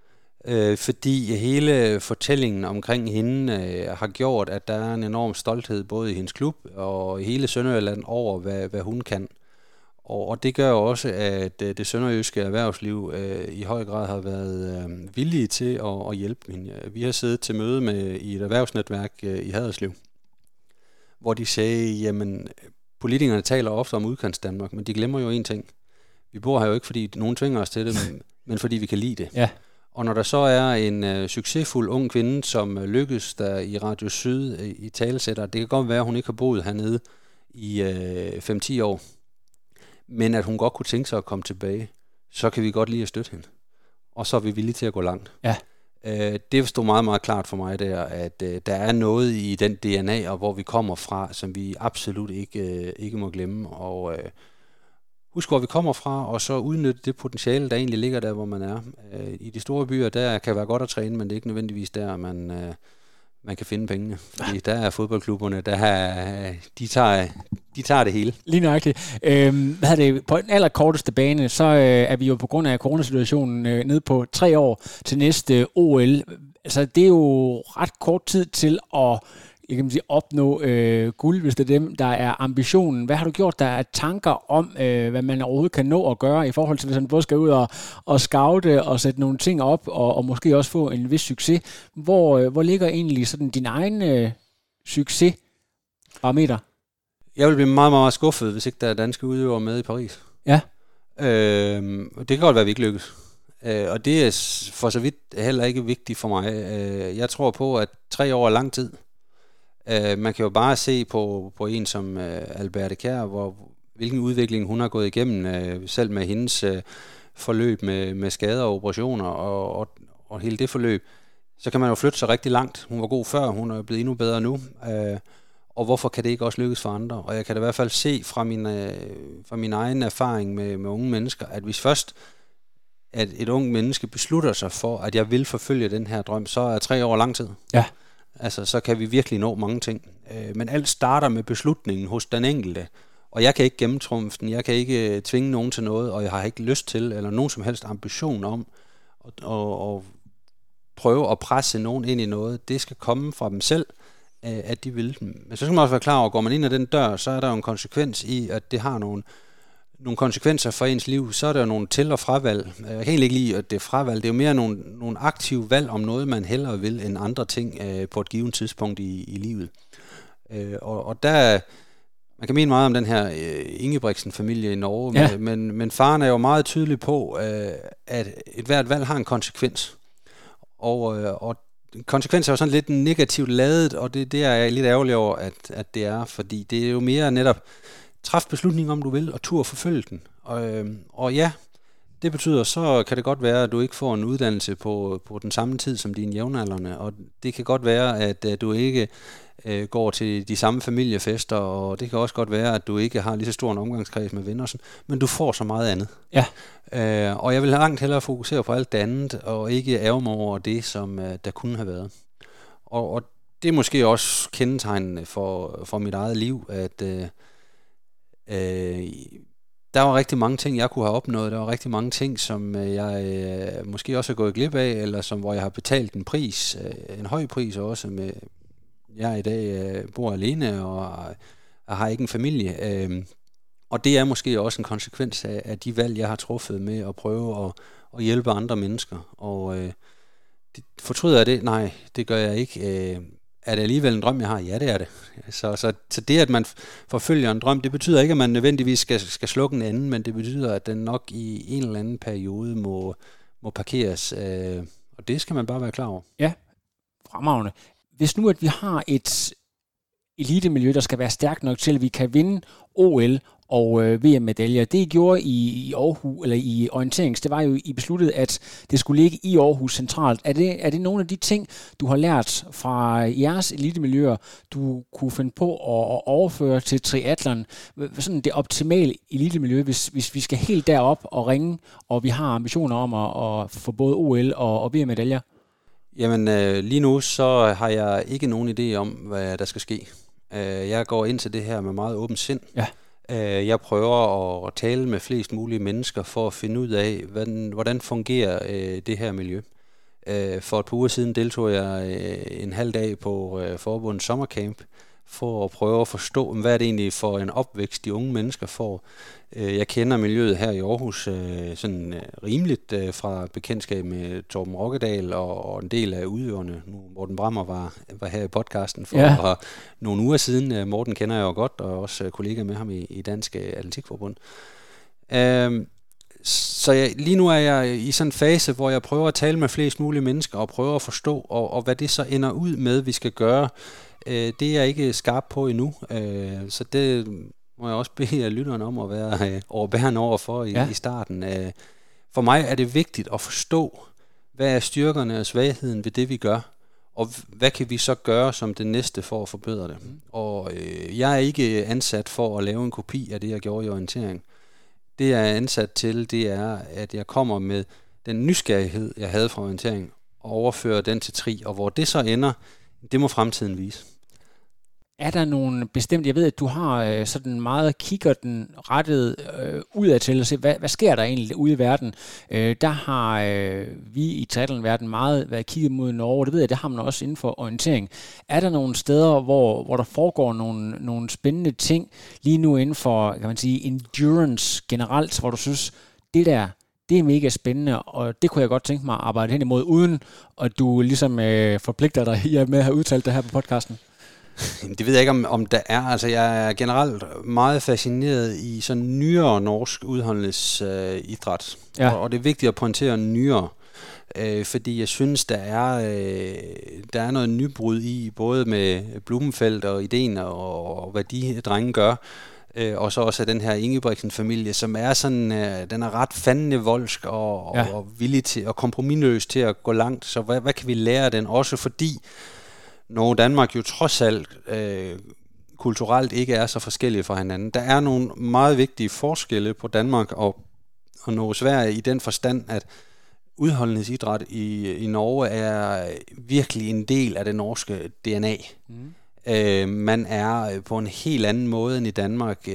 Fordi hele fortællingen omkring hende har gjort, at der er en enorm stolthed både i hendes klub og i hele Sønderjylland over, hvad hun kan. Og det gør også, at det sønderjyske erhvervsliv i høj grad har været villige til at hjælpe hende. Vi har siddet til møde i et erhvervsnetværk i Haderslev, hvor de sagde, jamen politikerne taler ofte om udkantsdanmark, men de glemmer jo en ting. Vi bor her jo ikke, fordi nogen tvinger os til det, men fordi vi kan lide det. Ja. Og når der så er en succesfuld ung kvinde, som lykkes der i Radio Syd i talesætter, det kan godt være, at hun ikke har boet hernede i 5-10 år, men at hun godt kunne tænke sig at komme tilbage, så kan vi godt lide at støtte hende. Og så er vi villige til at gå langt. Ja. Det stod meget, meget klart for mig der, at der er noget i den DNA, og hvor vi kommer fra, som vi absolut ikke må glemme. Og husk, hvor vi kommer fra, og så udnytte det potentiale, der egentlig ligger der, hvor man er. I de store byer, der kan være godt at træne, men det er ikke nødvendigvis der, man kan finde pengene. Fordi der er fodboldklubberne, de tager det hele. Lige nøjagtigt. På den allerkorteste bane, så er vi jo på grund af coronasituationen nede på 3 år til næste OL. Altså, det er jo ret kort tid til at opnå guld, hvis det er dem, der er ambitionen. Hvad har du gjort, der er tanker om, hvad man overhovedet kan nå at gøre, i forhold til, hvis man både skal ud og scoute og sætte nogle ting op, og måske også få en vis succes? Hvor ligger egentlig sådan din egen succesparameter? Jeg vil blive meget, meget skuffet, hvis ikke der er danske udøvere med i Paris. Ja. Det kan godt være, at vi ikke lykkes. Og det er for så vidt heller ikke vigtigt for mig. Jeg tror på, at 3 år er lang tid. Man kan jo bare se på en som Alberte Kjær, hvilken udvikling hun har gået igennem, selv med hendes forløb med skader og operationer og hele det forløb. Så kan man jo flytte sig rigtig langt. Hun var god før, hun er blevet endnu bedre nu. Og hvorfor kan det ikke også lykkes for andre? Og jeg kan da i hvert fald se fra min egen erfaring med unge mennesker, at hvis først at et ung menneske beslutter sig for, at jeg vil forfølge den her drøm, så er 3 år lang tid. Ja. Altså, så kan vi virkelig nå mange ting. Men alt starter med beslutningen hos den enkelte. Og jeg kan ikke gennemtrumfe den, jeg kan ikke tvinge nogen til noget, og jeg har ikke lyst til, eller nogen som helst ambition om at prøve at presse nogen ind i noget. Det skal komme fra dem selv, at de vil. Men så skal man også være klar over, at går man ind ad den dør, så er der jo en konsekvens i, at det har nogle konsekvenser for ens liv. Så er der jo nogle til- og fravalg. Jeg kan egentlig ikke lide, at det er fravalg. Det er jo mere nogle aktive valg om noget, man hellere vil end andre ting på et givet tidspunkt i livet. Og der, man kan mene meget om den her Ingebrigtsen-familie i Norge, ja. men faren er jo meget tydelig på, at et hvert valg har en konsekvens. Og konsekvenser er jo sådan lidt negativt ladet, og det er jeg lidt ærgerlig over, at det er, fordi det er jo mere netop træf beslutning om du vil, og tur forfølge den. Og ja, det betyder, så kan det godt være, at du ikke får en uddannelse på den samme tid som dine jævnaldrende, og det kan godt være, at du ikke går til de samme familiefester, og det kan også godt være, at du ikke har lige så stor en omgangskreds med venner, men du får så meget andet. Ja. Og jeg vil langt hellere fokusere på alt det andet, og ikke ærge mig over det, som der kunne have været. Og det er måske også kendetegnende for mit eget liv, at der var rigtig mange ting, jeg kunne have opnået. Der var rigtig mange ting, som jeg måske også har gået glip af, eller hvor jeg har betalt en pris, en høj pris også. Jeg i dag bor alene, og jeg har ikke en familie. Og det er måske også en konsekvens af de valg, jeg har truffet med at prøve at hjælpe andre mennesker. Og fortryder jeg det? Nej, det gør jeg ikke. er det alligevel en drøm, jeg har? Ja, det er det. Så det, at man forfølger en drøm, det betyder ikke, at man nødvendigvis skal slukke en anden, men det betyder, at den nok i en eller anden periode må parkeres, og det skal man bare være klar over. Ja, fremragende. Hvis nu, at vi har et elitemiljø, der skal være stærkt nok til, at vi kan vinde OL og VM-medaljer. Det I gjorde i Aarhus, eller i orienterings, det var jo, I besluttede, at det skulle ligge i Aarhus centralt. Er det nogle af de ting, du har lært fra jeres elitemiljøer, du kunne finde på at overføre til triathlon? Sådan det optimale elitemiljø, hvis vi skal helt derop og ringe, og vi har ambitioner om at få både OL og VM-medaljer? Jamen, lige nu så har jeg ikke nogen idé om, hvad der skal ske. Jeg går ind til det her med meget åbent sind. Ja. Jeg prøver at tale med flest mulige mennesker for at finde ud af, hvordan fungerer det her miljø. For et par uger siden deltog jeg en halv dag på forbundets sommercamp for at prøve at forstå, hvad er det egentlig for en opvækst, de unge mennesker får. Jeg kender miljøet her i Aarhus sådan rimeligt fra bekendtskab med Torben Rokkedal og en del af udøverne. Nu Morten Brammer var her i podcasten for nogle uger siden. Morten kender jeg jo godt, og også kollega med ham i Dansk Atletikforbund. Så lige nu er jeg i sådan en fase, hvor jeg prøver at tale med flest mulige mennesker og prøver at forstå, og hvad det så ender ud med, vi skal gøre. Det er jeg ikke skarp på endnu, så det må jeg også bede lytterne om at være overbærende overfor i starten. For mig er det vigtigt at forstå, hvad er styrkerne og svagheden ved det, vi gør, og hvad kan vi så gøre som det næste for at forbedre det. Og jeg er ikke ansat for at lave en kopi af det, jeg gjorde i orientering. Det, jeg er ansat til, det er, at jeg kommer med den nysgerrighed, jeg havde fra orientering, og overfører den til tri, og hvor det så ender, det må fremtiden vise. Er der nogle bestemt, jeg ved, at du har sådan meget kigger den rettet udadtil og se, hvad sker der egentlig ude i verden? Der har vi i triathlon-verden meget været kigget mod Norge, det ved jeg, det har man også inden for orientering. Er der nogle steder, hvor der foregår nogle spændende ting lige nu inden for, kan man sige, endurance generelt, hvor du synes, det er mega spændende, og det kunne jeg godt tænke mig at arbejde hen imod, uden at du ligesom forpligter dig med at have udtalt det her på podcasten? Det ved jeg ikke, om der er. Altså, jeg er generelt meget fascineret i sådan nyere norsk udholdenhedsidræt. Og det er vigtigt at pointere nyere, fordi jeg synes, der er noget nybrud i, både med Blumenfeldt og ideen og hvad de drenge gør, og så også den her Ingebrigtsen-familie, som er sådan, den er ret fandende voldsk og villig til og kompromisløs til at gå langt. Så hvad kan vi lære af den? Også fordi når Danmark jo trods alt kulturelt ikke er så forskellige fra hinanden. Der er nogle meget vigtige forskelle på Danmark og Norge og Sverige i den forstand, at udholdenhedsidræt i Norge er virkelig en del af det norske DNA. Man er på en helt anden måde end i Danmark.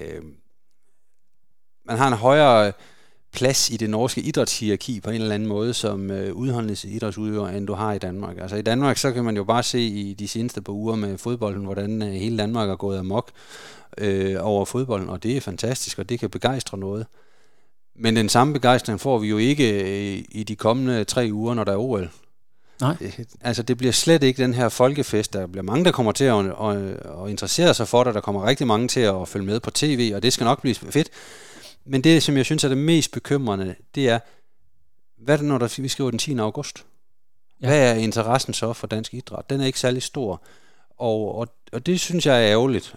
Man har en højere plads i det norske idrætshierarki på en eller anden måde som udholdenhedsidrætsudøver, end du har i Danmark. Altså i Danmark, så kan man jo bare se i de seneste par uger med fodbolden, hvordan hele Danmark er gået amok over fodbolden, og det er fantastisk, og det kan begejstre noget. Men den samme begejstring får vi jo ikke i de kommende 3 uger, når der er OL. Nej. Altså det bliver slet ikke den her folkefest. Der bliver mange, der kommer til at interessere sig for det. Der kommer rigtig mange til at følge med på tv, og det skal nok blive fedt. Men det, som jeg synes er det mest bekymrende, det er, hvad er det, når vi skriver den 10. august? Ja. Hvad er interessen så for dansk idræt? Den er ikke særlig stor. Og det synes jeg er ærgerligt.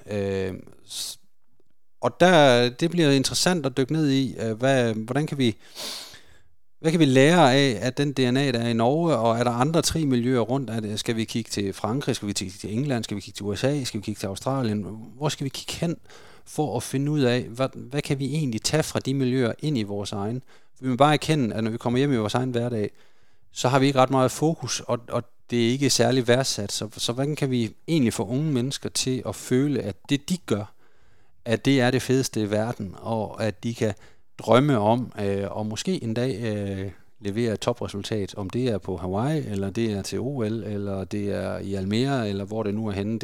Og det bliver interessant at dykke ned i, hvad kan vi lære af den DNA, der er i Norge, og er der andre 3 miljøer rundt? Skal vi kigge til Frankrig? Skal vi kigge til England? Skal vi kigge til USA? Skal vi kigge til Australien? Hvor skal vi kigge hen for at finde ud af, hvad kan vi egentlig tage fra de miljøer ind i vores egen? Vi må bare erkende, at når vi kommer hjem i vores egen hverdag, så har vi ikke ret meget fokus, og det er ikke særlig værdsat. Så hvordan kan vi egentlig få unge mennesker til at føle, at det de gør, at det er det fedeste i verden, og at de kan drømme om, og måske en dag levere et topresultat, om det er på Hawaii, eller det er til OL, eller det er i Almere, eller hvor det nu er henne,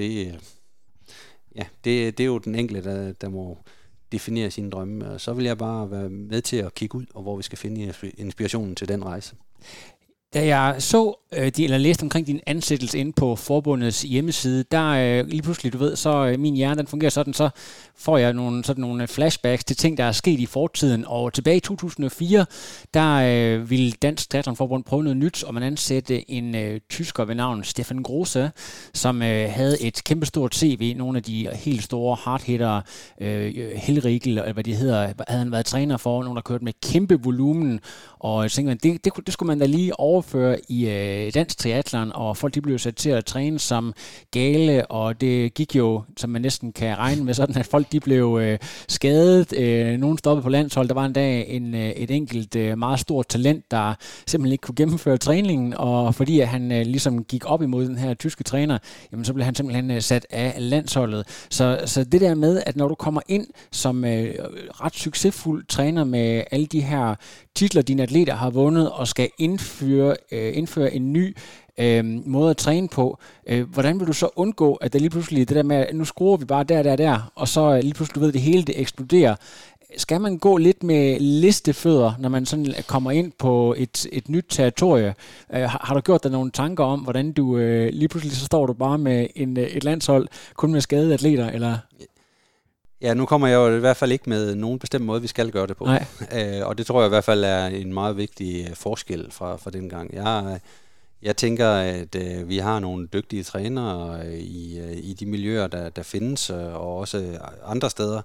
det er jo den enkelte, der må definere sine drømme, og så vil jeg bare være med til at kigge ud, og hvor vi skal finde inspirationen til den rejse. Da jeg læste omkring din ansættelse inde på forbundets hjemmeside, der lige pludselig, du ved, så min hjerne, den fungerer sådan, så får jeg nogle flashbacks til ting, der er sket i fortiden. Og tilbage i 2004, der ville Dansk Triathlonforbund prøve noget nyt, og man ansatte en tysker ved navn Stefan Grosse, som havde et kæmpestort CV, nogle af de helt store hardhitter, Hellriegel, eller hvad de hedder, havde han været træner for, nogle der kørte med kæmpe volumen, og jeg tænkte, det skulle man da lige overføre i dansk triathlon, og folk de blev sat til at træne som gale, og det gik jo, som man næsten kan regne med, sådan at folk de blev skadet. Nogen stoppede på landshold. Der var en dag et enkelt meget stort talent, der simpelthen ikke kunne gennemføre træningen, og fordi at han ligesom gik op imod den her tyske træner, jamen så blev han simpelthen sat af landsholdet. Så det der med, at når du kommer ind som ret succesfuld træner med alle de her titler, dine atleter har vundet, og skal indføre en ny måde at træne på. Hvordan vil du så undgå, at der lige pludselig det der med, at nu skruer vi bare der, og så lige pludselig, du ved, det hele det eksploderer. Skal man gå lidt med listefødder, når man sådan kommer ind på et nyt territorie? Har du gjort dig nogle tanker om, hvordan du lige pludselig så står du bare med et landshold, kun med skadede atleter, eller? Ja, nu kommer jeg jo i hvert fald ikke med nogen bestemt måde, vi skal gøre det på. Og det tror jeg i hvert fald er en meget vigtig forskel fra den gang. Jeg tænker, at vi har nogle dygtige trænere i de miljøer, der findes, og også andre steder.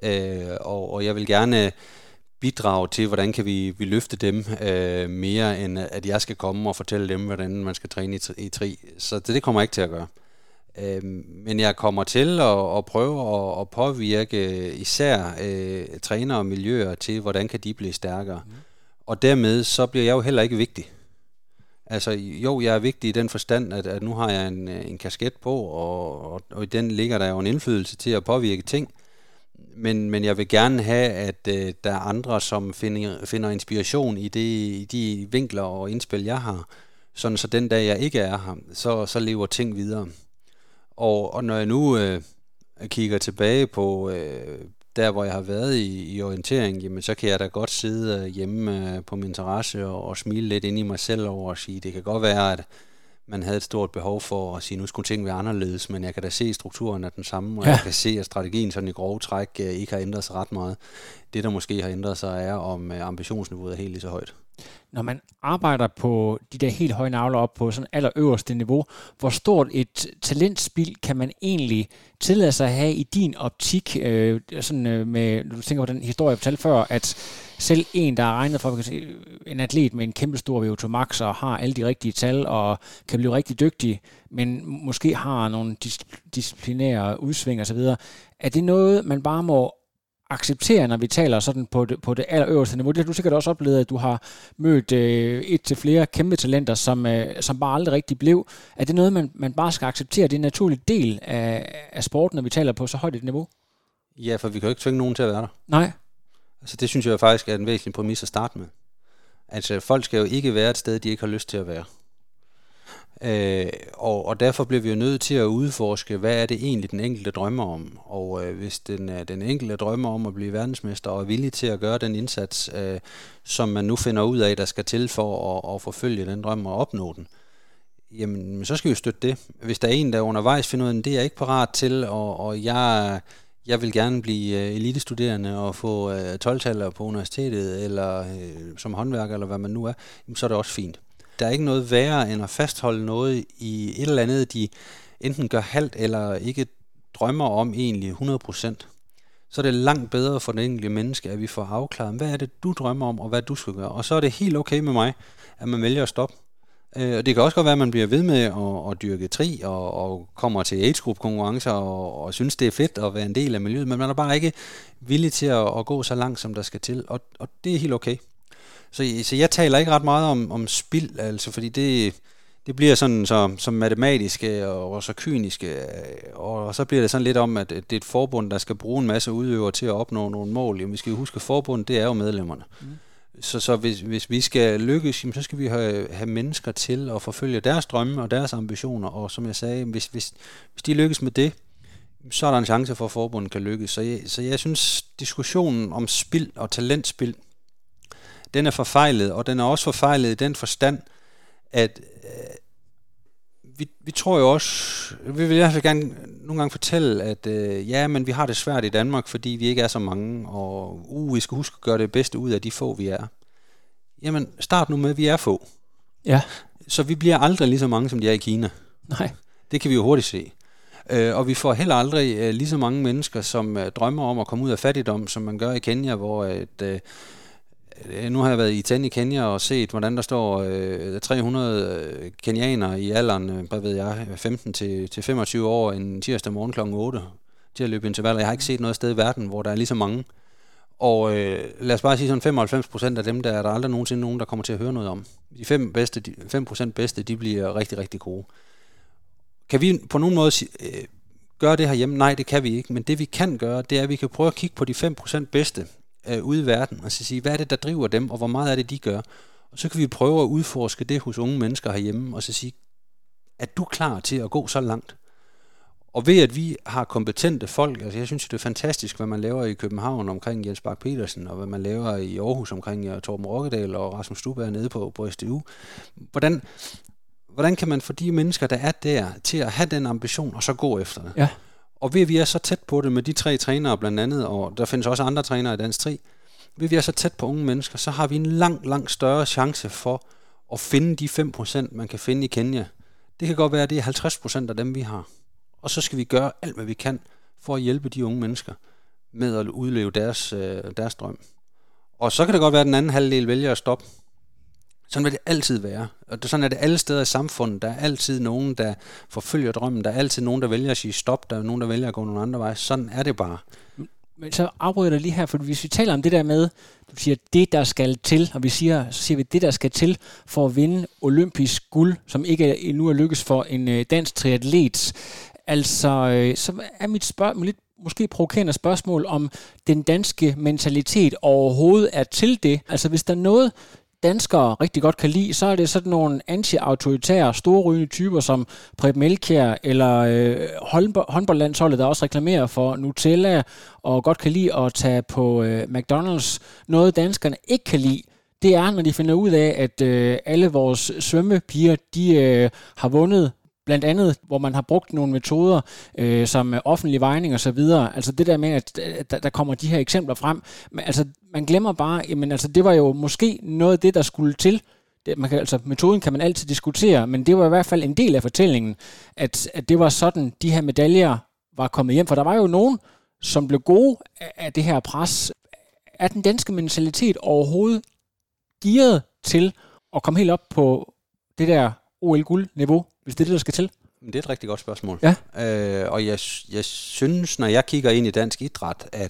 Og jeg vil gerne bidrage til, hvordan kan vi løfte dem mere, end at jeg skal komme og fortælle dem, hvordan man skal træne i tri. Så det kommer jeg ikke til at gøre. Men jeg kommer til at prøve at påvirke især trænere og miljøer til, hvordan kan de blive stærkere. Og dermed så bliver jeg jo heller ikke vigtig. Altså jo, jeg er vigtig i den forstand, at nu har jeg en kasket på, og i den ligger der jo en indflydelse til at påvirke ting. Men jeg vil gerne have, at der er andre, som finder inspiration i de vinkler og indspil, jeg har. Sådan så den dag, jeg ikke er her, så lever ting videre. Og når jeg nu kigger tilbage på der, hvor jeg har været i orientering, jamen, så kan jeg da godt sidde hjemme på min terrasse og smile lidt ind i mig selv over og sige, det kan godt være, at man havde et stort behov for at sige, nu skulle ting være anderledes, men jeg kan da se, at strukturen er den samme, og jeg kan se, at strategien sådan i grove træk ikke har ændret sig ret meget. Det, der måske har ændret sig, er, om ambitionsniveauet er helt lige så højt. Når man arbejder på de der helt høje navler op på sådan allerøverste niveau, hvor stort et talentspil kan man egentlig tillade sig at have i din optik? Med, du tænker på den historie, jeg fortalte før, at selv en, der er regnet for en atlet med en kæmpestor VO2 max og har alle de rigtige tal og kan blive rigtig dygtig, men måske har nogle disciplinære udsving osv., er det noget, man bare må acceptere, når vi taler sådan på det allerøverste niveau? Det har du sikkert også oplevet, at du har mødt et til flere kæmpe talenter, som bare aldrig rigtig blev. Er det noget, man bare skal acceptere? Det er en naturlig del af sporten, når vi taler på så højt et niveau? Ja, for vi kan jo ikke tvinge nogen til at være der. Nej. Altså det synes jeg faktisk er en væsentlig præmis at starte med. Altså folk skal jo ikke være et sted, de ikke har lyst til at være. Og derfor bliver vi jo nødt til at udforske, hvad er det egentlig den enkelte drømmer om. Og hvis den enkelte drømmer om at blive verdensmester og er villig til at gøre den indsats, som man nu finder ud af, der skal til for at forfølge den drøm og opnå den, jamen så skal vi jo støtte det. Hvis der er en, der undervejs finder ud af, det er jeg ikke parat til, og jeg vil gerne blive elitestuderende og få 12-taller på universitetet, eller som håndværker, eller hvad man nu er, så er det også fint. Der er ikke noget værre end at fastholde noget i et eller andet, de enten gør halvt eller ikke drømmer om egentlig 100%. Så er det langt bedre for den enkelte menneske, at vi får afklaret, hvad er det, du drømmer om, og hvad du skal gøre. Og så er det helt okay med mig, at man vælger at stoppe. Og det kan også godt være, at man bliver ved med at dyrke tri og kommer til age-group-konkurrencer og synes, det er fedt at være en del af miljøet, men man er bare ikke villig til at gå så langt, som der skal til. Og det er helt okay. Så jeg taler ikke ret meget om spild, altså, fordi det bliver sådan så matematiske og så kyniske, og så bliver det sådan lidt om, at det er et forbund, der skal bruge en masse udøvere til at opnå nogle mål. Jamen, vi skal jo huske, at forbundet, det er jo medlemmerne. Så hvis vi skal lykkes, så skal vi have mennesker til at forfølge deres drømme og deres ambitioner, og som jeg sagde, hvis de lykkes med det, så er der en chance for, at forbundet kan lykkes. Så jeg synes, diskussionen om spild og talentspild, den er forfejlet, og den er også forfejlet i den forstand, at vi tror jo også, vi vil i hvert fald gerne nogle gange fortælle, at ja, men vi har det svært i Danmark, fordi vi ikke er så mange, og vi skal huske at gøre det bedste ud af de få, vi er. Jamen, start nu med, at vi er få. Ja. Så vi bliver aldrig lige så mange, som de er i Kina. Nej. Det kan vi jo hurtigt se. Og vi får heller aldrig lige så mange mennesker, som drømmer om at komme ud af fattigdom, som man gør i Kenya, hvor nu har jeg været i Iten i Kenya og set, hvordan der står 300 kenianere i alderen, 15 til 25 år en tirsdag morgen kl. 8 til at løbe intervaller. Jeg har ikke set noget sted i verden, hvor der er lige så mange. Og lad os bare sige sådan 95% af dem, der er der aldrig nogensinde nogen, der kommer til at høre noget om. De 5% bedste, de bliver rigtig, rigtig gode. Kan vi på nogen måde gøre det herhjemme? Nej, det kan vi ikke. Men det vi kan gøre, det er, at vi kan prøve at kigge på de 5% bedste ude i verden, og så sige, hvad er det, der driver dem, og hvor meget er det, de gør? Og så kan vi prøve at udforske det hos unge mennesker herhjemme, og så sige, er du klar til at gå så langt? Og ved at vi har kompetente folk, altså jeg synes, det er fantastisk, hvad man laver i København omkring Jens Bak Petersen, og hvad man laver i Aarhus omkring Torben Rokkedal og Rasmus Stuberg nede på SDU. Hvordan kan man få de mennesker, der er der, til at have den ambition, og så gå efter det? Ja. Og ved at vi er så tæt på det med de 3 trænere blandt andet, og der findes også andre trænere i Dansk Tri, ved at vi er så tæt på unge mennesker, så har vi en langt større chance for at finde de 5%, man kan finde i Kenya. Det kan godt være, at det er 50% af dem, vi har. Og så skal vi gøre alt, hvad vi kan, for at hjælpe de unge mennesker med at udleve deres drøm. Og så kan det godt være, at den anden halvdel vælger at stoppe. Sådan vil det altid være. Og sådan er det alle steder i samfundet. Der er altid nogen, der forfølger drømmen. Der er altid nogen, der vælger at sige stop. Der er nogen, der vælger at gå nogle andre veje. Sådan er det bare. Men så afbryder jeg lige her, for hvis vi taler om det der med, du siger, det der skal til, og så siger vi, det der skal til for at vinde olympisk guld, som ikke endnu er lykkes for en dansk triatlet. Altså, så er mit lidt måske provokerende spørgsmål, om den danske mentalitet overhovedet er til det. Altså, hvis der er noget, danskere rigtig godt kan lide, så er det sådan nogle anti-autoritære, storrygende typer som Preben Elkjær eller håndboldlandsholdet, der også reklamerer for Nutella og godt kan lide at tage på McDonald's. Noget danskerne ikke kan lide, det er, når de finder ud af, at alle vores svømmepiger, de har vundet, blandt andet, hvor man har brugt nogle metoder som offentlig vejning og så videre. Altså det der med, at der kommer de her eksempler frem. Men altså, man glemmer bare, jamen altså, det var jo måske noget af det, der skulle til. Metoden kan man altid diskutere, men det var i hvert fald en del af fortællingen, at det var sådan, de her medaljer var kommet hjem. For der var jo nogen, som blev gode af det her pres. Er den danske mentalitet overhovedet gearet til at komme helt op på det der OL-guld-niveau, hvis det er det, der skal til? Det er et rigtig godt spørgsmål. Ja. Og jeg synes, når jeg kigger ind i dansk idræt, at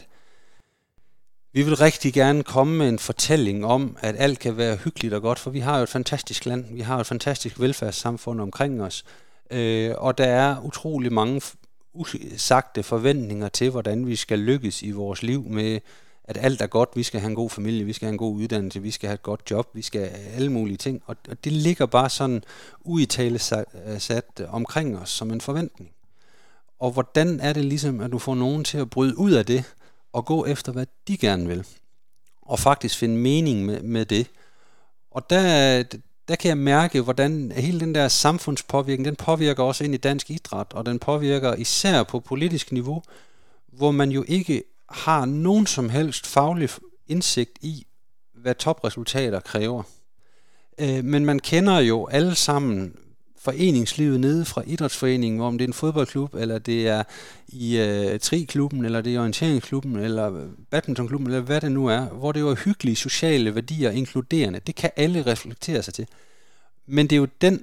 vi vil rigtig gerne komme med en fortælling om, at alt kan være hyggeligt og godt, for vi har jo et fantastisk land, vi har et fantastisk velfærdssamfund omkring os, og der er utrolig mange usagte forventninger til, hvordan vi skal lykkes i vores liv med, at alt er godt, vi skal have en god familie, vi skal have en god uddannelse, vi skal have et godt job, vi skal have alle mulige ting, og det ligger bare sådan uitalesat omkring os som en forventning. Og hvordan er det ligesom, at du får nogen til at bryde ud af det, og gå efter, hvad de gerne vil, og faktisk finde mening med det. Og der kan jeg mærke, hvordan hele den der samfundspåvirkning, den påvirker også ind i dansk idræt, og den påvirker især på politisk niveau, hvor man jo ikke har nogen som helst faglig indsigt i, hvad topresultater kræver. Men man kender jo alle sammen foreningslivet nede fra idrætsforeningen, om det er en fodboldklub, eller det er i tri-klubben, eller det er orienteringsklubben, eller badmintonklubben, eller hvad det nu er, hvor det jo er hyggelige sociale værdier, inkluderende. Det kan alle reflektere sig til. Men det er jo den,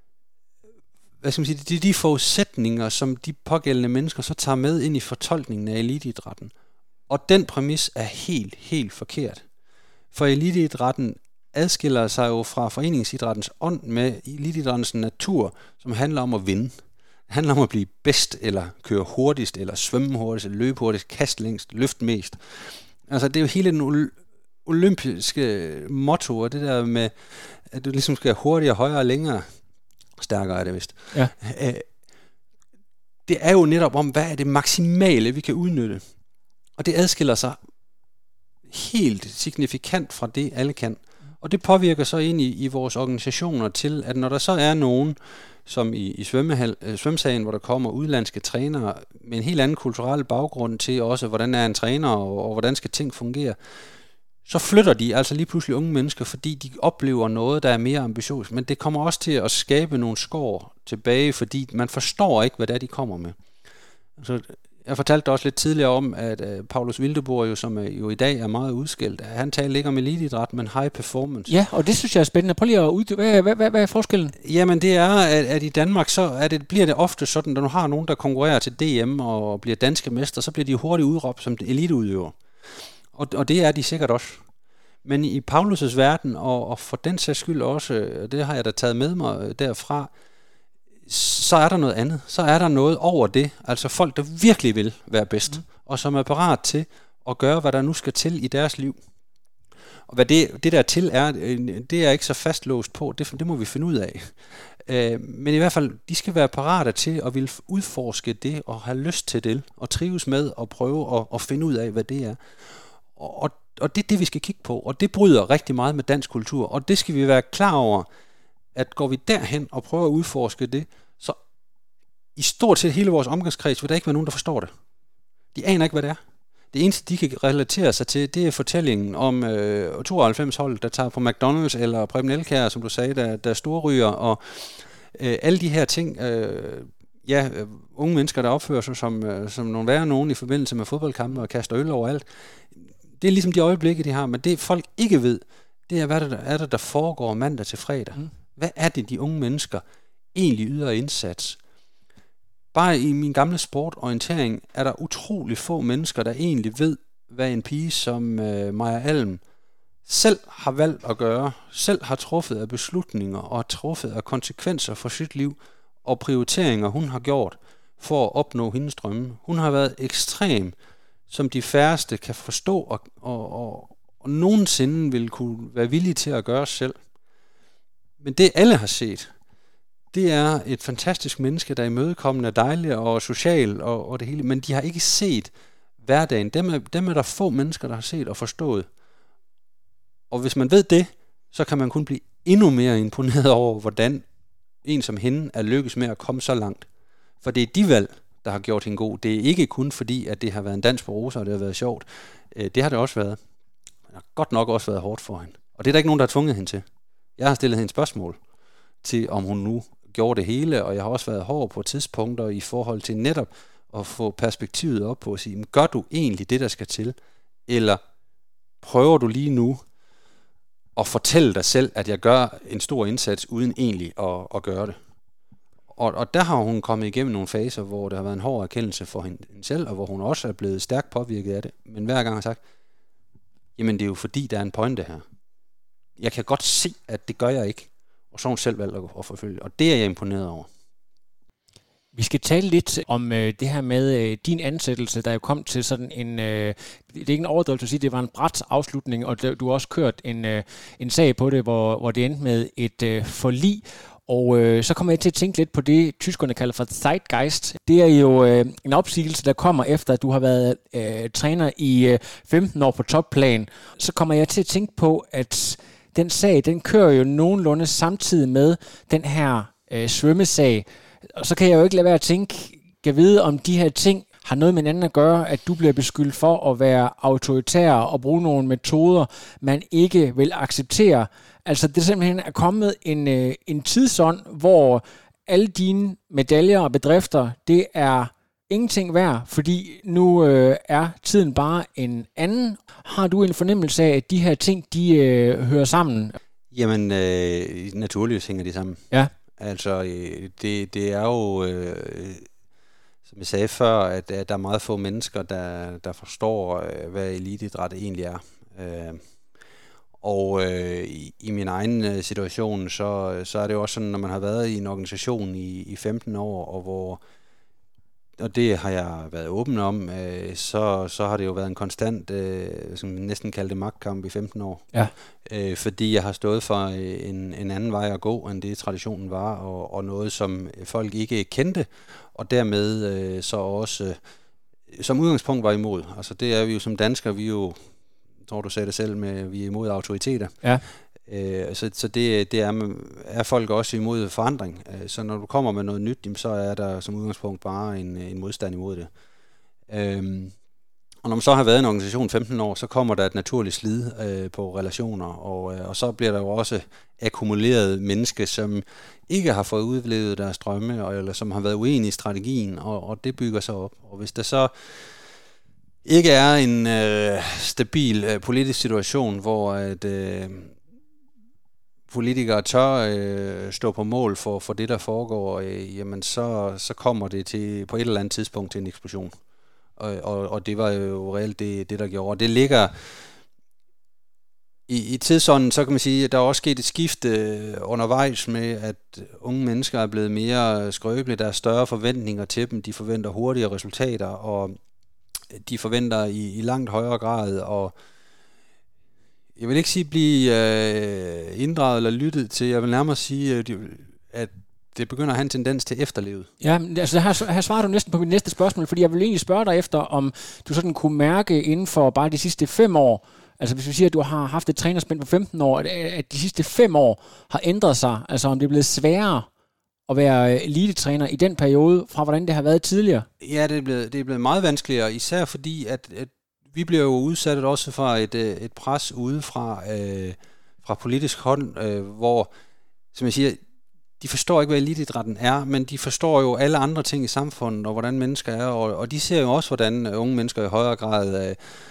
hvad skal man sige, det er de forudsætninger, som de pågældende mennesker så tager med ind i fortolkningen af eliteidrætten. Og den præmis er helt forkert. For eliteidrætten adskiller sig jo fra foreningsidrættens ånd med eliteidrættens natur, som handler om at vinde. Det handler om at blive bedst, eller køre hurtigst, eller svømme hurtigst, eller løbe hurtigst, kaste længst, løfte mest. Altså det er jo hele den olympiske motto, og det der med, at du ligesom skal hurtigere, højere og længere. Stærkere er det vist. Ja. Det er jo netop om, hvad er det maksimale, vi kan udnytte. Og det adskiller sig helt signifikant fra det, alle kan. Og det påvirker så ind i vores organisationer til, at når der så er nogen, som i svømmesagen, hvor der kommer udlandske trænere med en helt anden kulturel baggrund til også, hvordan er en træner, og hvordan skal ting fungere, så flytter de altså lige pludselig unge mennesker, fordi de oplever noget, der er mere ambitiøst. Men det kommer også til at skabe nogle skår tilbage, fordi man forstår ikke, hvad det er, de kommer med. Så jeg fortalte også lidt tidligere om, at Paulus Wildeboer, som jo i dag er meget udskilt, han taler ikke om eliteidræt, men high performance. Ja, og det synes jeg er spændende. Prøv lige at uddybe. Hvad er forskellen? Jamen det er, at i Danmark så bliver det ofte sådan, når du har nogen, der konkurrerer til DM og bliver danske mester, så bliver de hurtigt udråbt som eliteudøver. Og det er de sikkert også. Men i Paulus' verden, og for den sags skyld også, det har jeg da taget med mig derfra, så er der noget andet. Så er der noget over det. Altså folk, der virkelig vil være bedst, og som er parat til at gøre, hvad der nu skal til i deres liv. Og hvad det der til er, det er ikke så fastlåst på. Det må vi finde ud af. Men i hvert fald, de skal være parate til at ville udforske det, og have lyst til det, og trives med at prøve at finde ud af, hvad det er. Og det er det, vi skal kigge på. Og det bryder rigtig meget med dansk kultur. Og det skal vi være klar over, at går vi derhen og prøver at udforske det, så i stort set hele vores omgangskreds vil der ikke være nogen, der forstår det. De aner ikke, hvad det er. Det eneste, de kan relatere sig til, det er fortællingen om 92-holdet, der tager på McDonald's, eller Preben Elkjær, som du sagde, der storryger, og alle de her ting, unge mennesker, der opfører sig som nogle værre nogen i forbindelse med fodboldkampe og kaster øl overalt. Det er ligesom de øjeblikke, de har, men det folk ikke ved, det er, hvad der foregår mandag til fredag. Hvad er det, de unge mennesker egentlig yder indsats? Bare i min gamle sportorientering er der utrolig få mennesker, der egentlig ved, hvad en pige som Maja Alm selv har valgt at gøre, selv har truffet af beslutninger og truffet af konsekvenser for sit liv og prioriteringer, hun har gjort for at opnå hendes drømme. Hun har været ekstrem, som de færreste kan forstå og nogensinde vil kunne være villige til at gøre selv. Men det alle har set, det er et fantastisk menneske, der er imødekommende, dejlig og social og det hele, men de har ikke set hverdagen. Dem er der få mennesker, der har set og forstået. Og hvis man ved det, så kan man kun blive endnu mere imponeret over, hvordan en som hende er lykkes med at komme så langt. For det er de valg, der har gjort hende god. Det er ikke kun fordi, at det har været en dans på roser, og det har været sjovt. Det har det også været. Det har godt nok også været hårdt for hende. Og det er der ikke nogen, der har tvunget hende til. Jeg har stillet hende spørgsmål til, om hun nu gjorde det hele, og jeg har også været hård på tidspunkter i forhold til netop at få perspektivet op på at sige, gør du egentlig det, der skal til? Eller prøver du lige nu at fortælle dig selv, at jeg gør en stor indsats, uden egentlig at gøre det? Og der har hun kommet igennem nogle faser, hvor der har været en hård erkendelse for hende selv, og hvor hun også er blevet stærkt påvirket af det. Men hver gang har sagt, jamen det er jo fordi, der er en pointe her. Jeg kan godt se, at det gør jeg ikke. Og så hun selv valgt at forfølge. Og det er jeg imponeret over. Vi skal tale lidt om det her med din ansættelse, der jo kom til sådan en, det er ikke en overdrivelse at sige, det var en brat afslutning, og du har også kørt en sag på det, hvor det endte med et forlig. Og så kommer jeg til at tænke lidt på det, tyskerne kalder for Zeitgeist. Det er jo en opsigelse, der kommer efter, at du har været træner i 15 år på topplan. Så kommer jeg til at tænke på, at den sag, den kører jo nogenlunde samtidig med den her svømmesag. Og så kan jeg jo ikke lade være at tænke, kan vide om de her ting har noget med hinanden at gøre, at du bliver beskyldt for at være autoritær og bruge nogle metoder, man ikke vil acceptere. Altså det simpelthen er kommet en tidsånd, hvor alle dine medaljer og bedrifter, det er ingenting værd, fordi nu er tiden bare en anden. Har du en fornemmelse af, at de her ting, de hører sammen? Jamen, naturligvis hænger de sammen. Ja. Altså, det er jo, som jeg sagde før, at der er meget få mennesker, der forstår, hvad eliteidræt egentlig er. Og i min egen situation, så er det jo også sådan, når man har været i en organisation i 15 år, og det har jeg været åben om, så har det jo været en konstant, som man næsten kalder det, magtkamp i 15 år. Ja. Fordi jeg har stået for en anden vej at gå, end det traditionen var, og noget, som folk ikke kendte, og dermed så også som udgangspunkt var imod. Altså det er vi jo som danskere, vi er jo, tror du sagde det selv, vi er imod autoriteter. Ja. Så det er folk også imod forandring. Så når du kommer med noget nyt, så er der som udgangspunkt bare en modstand imod det. Og når man så har været i en organisation 15 år, så kommer der et naturligt slid på relationer, og så bliver der jo også akkumuleret mennesker, som ikke har fået udlevet deres drømme, eller som har været uenige i strategien, og det bygger sig op. Og hvis der så ikke er en stabil politisk situation, hvor at politikere tør stå på mål for det, der foregår, jamen så kommer det til på et eller andet tidspunkt til en eksplosion. Og det var jo reelt det der gjorde. Og det ligger i tidsånden, så kan man sige, at der er også sket et skifte undervejs med, at unge mennesker er blevet mere skrøbelige. Der er større forventninger til dem. De forventer hurtigere resultater, og de forventer i langt højere grad, og jeg vil ikke sige blive inddraget eller lyttet til. Jeg vil nærmere sige, at det begynder at have en tendens til efterlevet. Ja, altså her svarer du næsten på mit næste spørgsmål, fordi jeg vil egentlig spørge dig efter, om du sådan kunne mærke inden for bare de sidste 5 år, altså hvis vi siger, at du har haft et trænerspænd på 15 år, at de sidste 5 år har ændret sig, altså om det er blevet sværere at være elitetræner i den periode, fra hvordan det har været tidligere? Ja, det er blevet meget vanskeligere, især fordi, at vi bliver jo udsat også fra et pres udefra fra politisk hånd, hvor, som jeg siger, de forstår ikke, hvad eliteidrætten er, men de forstår jo alle andre ting i samfundet, og hvordan mennesker er, og de ser jo også, hvordan unge mennesker i højere grad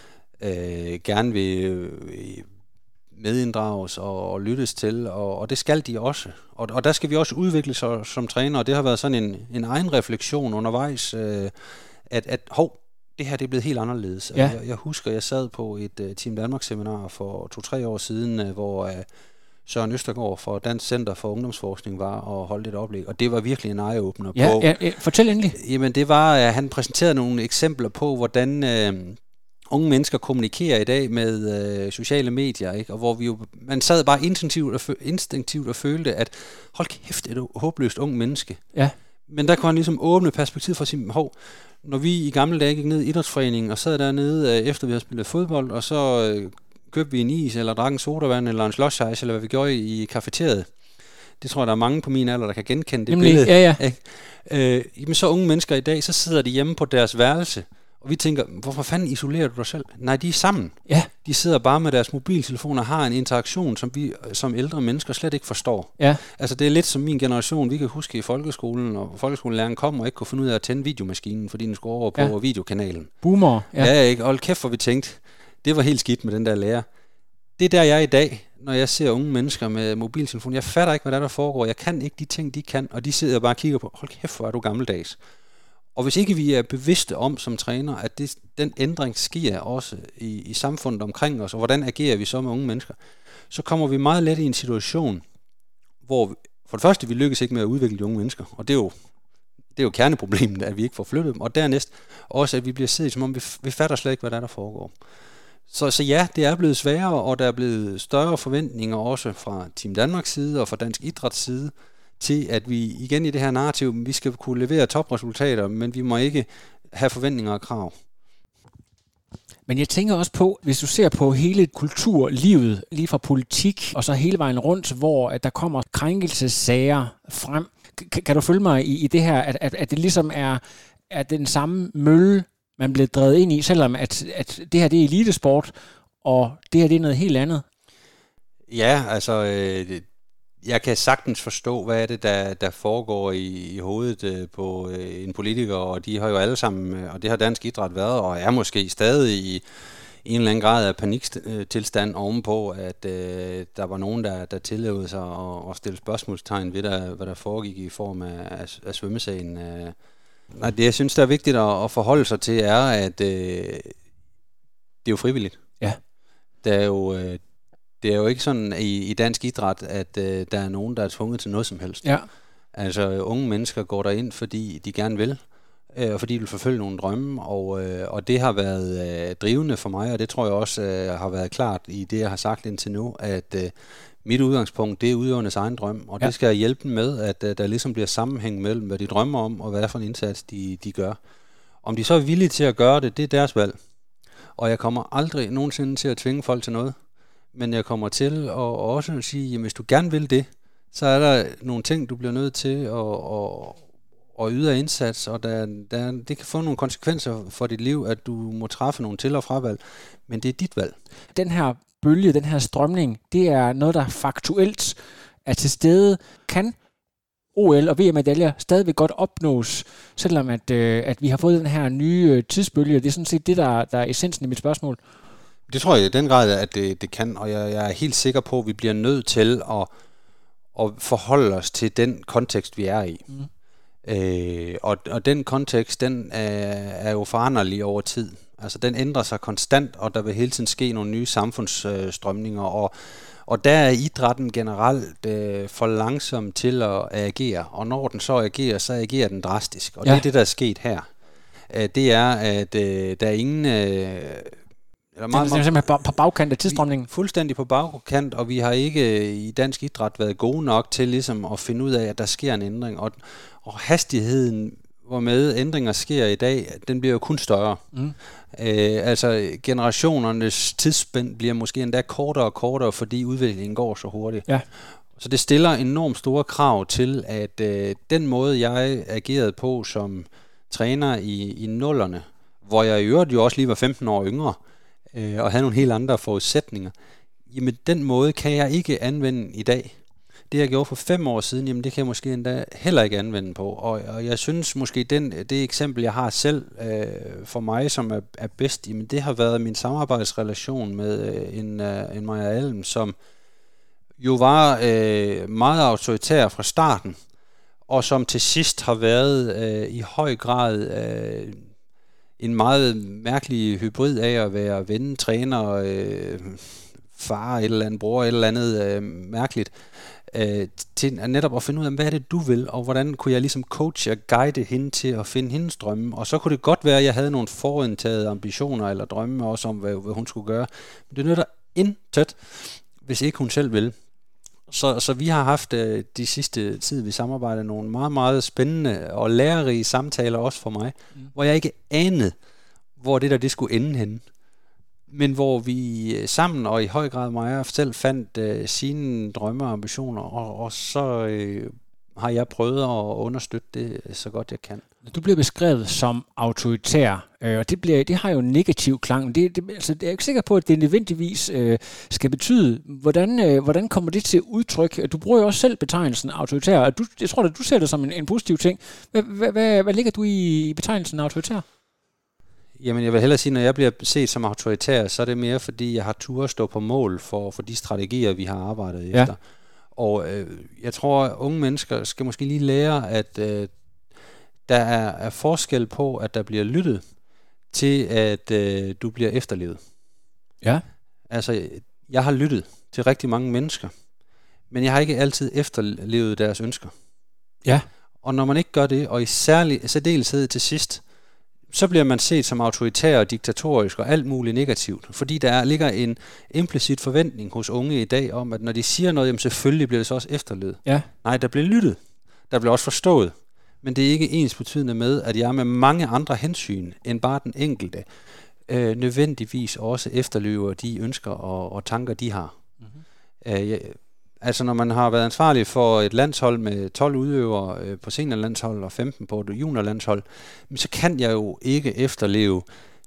gerne vil medinddrages og lyttes til, og det skal de også. Og der skal vi også udvikle sig som træner, og det har været sådan en egen refleksion undervejs, at det her det er blevet helt anderledes. Ja. Jeg husker, jeg sad på et Team Danmark seminar for 2-3 år siden, hvor Søren Østergaard fra Dansk Center for Ungdomsforskning var og holdt et oplæg, og det var virkelig en eye-opener på. Ja, fortæl endelig. Jamen det var, at han præsenterede nogle eksempler på, hvordan unge mennesker kommunikerer i dag med sociale medier, ikke? Og hvor man sad bare instinktivt og følte, at hold kæft, et håbløst ung menneske. Ja. Men der kunne han ligesom åbne perspektiv for at sige, når vi i gamle dage gik ned i idrætsforeningen og sad dernede, efter vi havde spillet fodbold, og så købte vi en is, eller drak en sodavand, eller en slush ice, eller hvad vi gjorde i cafeteriet. Det tror jeg, der er mange på min alder, der kan genkende det billede. Ja. Jamen så unge mennesker i dag, så sidder de hjemme på deres værelse, og vi tænker, hvorfor fanden isolerer du dig selv? Nej, de er sammen. Ja. De sidder bare med deres mobiltelefoner og har en interaktion, som vi som ældre mennesker slet ikke forstår. Ja. Altså det er lidt som min generation, vi kan huske i folkeskolen, og folkeskolelæreren kom og ikke kunne finde ud af at tænde videomaskinen, fordi den skulle over på videokanalen. Boomer. Ja, ikke? Og kæft, hvor vi tænkte, det var helt skidt med den der lærer. Det er der, jeg er i dag, når jeg ser unge mennesker med mobiltelefon. Jeg fatter ikke, hvad der foregår. Jeg kan ikke de ting, de kan, og de sidder bare og kigger på, hold kæft, hvor er du gammeldags. Og hvis ikke vi er bevidste om som træner, at den ændring sker også i samfundet omkring os, og hvordan agerer vi så med unge mennesker, så kommer vi meget let i en situation, hvor for det første, vi lykkes ikke med at udvikle de unge mennesker, og det er jo kerneproblemet, at vi ikke får flyttet dem, og dernæst også, at vi bliver siddet, som om vi fatter slet ikke, hvad der foregår. Så ja, det er blevet sværere, og der er blevet større forventninger også fra Team Danmarks side og fra Dansk Idræts side, til at vi igen i det her narrativ, vi skal kunne levere topresultater, men vi må ikke have forventninger og krav. Men jeg tænker også på, hvis du ser på hele kulturlivet, lige fra politik og så hele vejen rundt, hvor at der kommer krænkelsessager frem. Kan du følge mig i det her, at det ligesom er den samme mølle, man bliver drevet ind i, selvom at det her det er elitesport, og det her det er noget helt andet? Ja, altså jeg kan sagtens forstå, hvad er det, der foregår i hovedet på en politiker, og de har jo alle sammen, og det har Dansk Idræt været, og er måske stadig i en eller anden grad af paniktilstand ovenpå, at der var nogen, der tillavede sig at stille spørgsmålstegn ved, hvad der foregik i form af svømmesagen. Nej, det jeg synes, der er vigtigt at forholde sig til, er, at det er jo frivilligt. Ja. Det er jo ikke sådan i dansk idræt, at der er nogen, der er tvunget til noget som helst. Ja. Altså unge mennesker går derind, fordi de gerne vil, og fordi de vil forfølge nogle drømme, og det har været drivende for mig, og det tror jeg også har været klart i det, jeg har sagt indtil nu, at mit udgangspunkt, det er udøvernes egen drøm, og det skal hjælpe dem med, at der ligesom bliver sammenhæng mellem, hvad de drømmer om, og hvad det er for en indsats, de gør. Om de så er villige til at gøre det, det er deres valg. Og jeg kommer aldrig nogensinde til at tvinge folk til noget. men jeg kommer til at også sige, at hvis du gerne vil det, så er der nogle ting, du bliver nødt til at yde af indsats, og det kan få nogle konsekvenser for dit liv, at du må træffe nogle til- og fravalg, men det er dit valg. Den her bølge, den her strømning, det er noget, der faktuelt er til stede. Kan OL og VM-medaljer stadigvæk godt opnås, selvom at vi har fået den her nye tidsbølge? Det er sådan set det, der er essensen i mit spørgsmål. Det tror jeg i den grad, at det kan, og jeg er helt sikker på, at vi bliver nødt til at forholde os til den kontekst, vi er i. Og den kontekst, den er jo foranderlig over tid. Altså den ændrer sig konstant, og der vil hele tiden ske nogle nye samfundsstrømninger, og der er idrætten generelt for langsom til at agere, og når den så agerer, så agerer den drastisk, og det er det, der er sket her. Det er, at der er ingen... Den er simpelthen på bagkant af tilstrømningen. Fuldstændig på bagkant, og vi har ikke i dansk idræt været gode nok til ligesom at finde ud af, at der sker en ændring. Og hastigheden, hvormed ændringer sker i dag, den bliver jo kun større. Altså generationernes tidsspænd bliver måske endda kortere og kortere, fordi udviklingen går så hurtigt. Ja. Så det stiller enormt store krav til, at den måde, jeg agerede på som træner i nullerne, hvor jeg i øvrigt jo også lige var 15 år yngre, og havde nogle helt andre forudsætninger, jamen den måde kan jeg ikke anvende i dag. Det jeg gjorde for 5 år siden, jamen det kan jeg måske endda heller ikke anvende på. Og jeg synes måske, det eksempel, jeg har selv for mig, som er bedst, jamen det har været min samarbejdsrelation med en Maja Alm, som jo var meget autoritær fra starten, og som til sidst har været i høj grad... en meget mærkelig hybrid af at være ven, træner, far, et eller andet, bror, et eller andet mærkeligt, til netop at finde ud af, hvad er det, du vil, og hvordan kunne jeg ligesom coache og guide hende til at finde hendes drømme. Og så kunne det godt være, at jeg havde nogle forudindtagede ambitioner eller drømme også om, hvad hun skulle gøre. Men det nytter intet, hvis ikke hun selv vil. Så vi har haft de sidste tid, vi samarbejder, nogle meget, meget spændende og lærerige samtaler også for mig, hvor jeg ikke anede, hvor det skulle ende henne. Men hvor vi sammen og i høj grad mig selv fandt sine drømme og ambitioner, og så har jeg prøvet at understøtte det så godt jeg kan. Du bliver beskrevet som autoritær, og det har jo en negativ klang. Altså, jeg er ikke sikker på, at det nødvendigvis skal betyde. Hvordan kommer det til udtryk? Du bruger jo også selv betegnelsen autoritær. Jeg tror, at du ser det som en positiv ting. Hvad ligger du i betegnelsen autoritær? Jamen, jeg vil hellere sige, når jeg bliver set som autoritær, så er det mere, fordi jeg har tur at stå på mål for de strategier, vi har arbejdet efter. Og jeg tror, at unge mennesker skal måske lige lære, at der er forskel på, at der bliver lyttet, til at du bliver efterlevet. Ja. Altså, jeg har lyttet til rigtig mange mennesker, men jeg har ikke altid efterlevet deres ønsker. Ja. Og når man ikke gør det, og i særdeleshed til sidst, så bliver man set som autoritær og diktatorisk og alt muligt negativt. Fordi der ligger en implicit forventning hos unge i dag om, at når de siger noget, jamen selvfølgelig bliver det så også efterlevet. Ja. Nej, der bliver lyttet. Der bliver også forstået. Men det er ikke ensbetydende med, at jeg med mange andre hensyn end bare den enkelte nødvendigvis også efterlever de ønsker og tanker, de har. Mm-hmm. Altså når man har været ansvarlig for et landshold med 12 udøvere på seniorlandshold og 15 på et juniorlandshold, så kan jeg jo ikke efterleve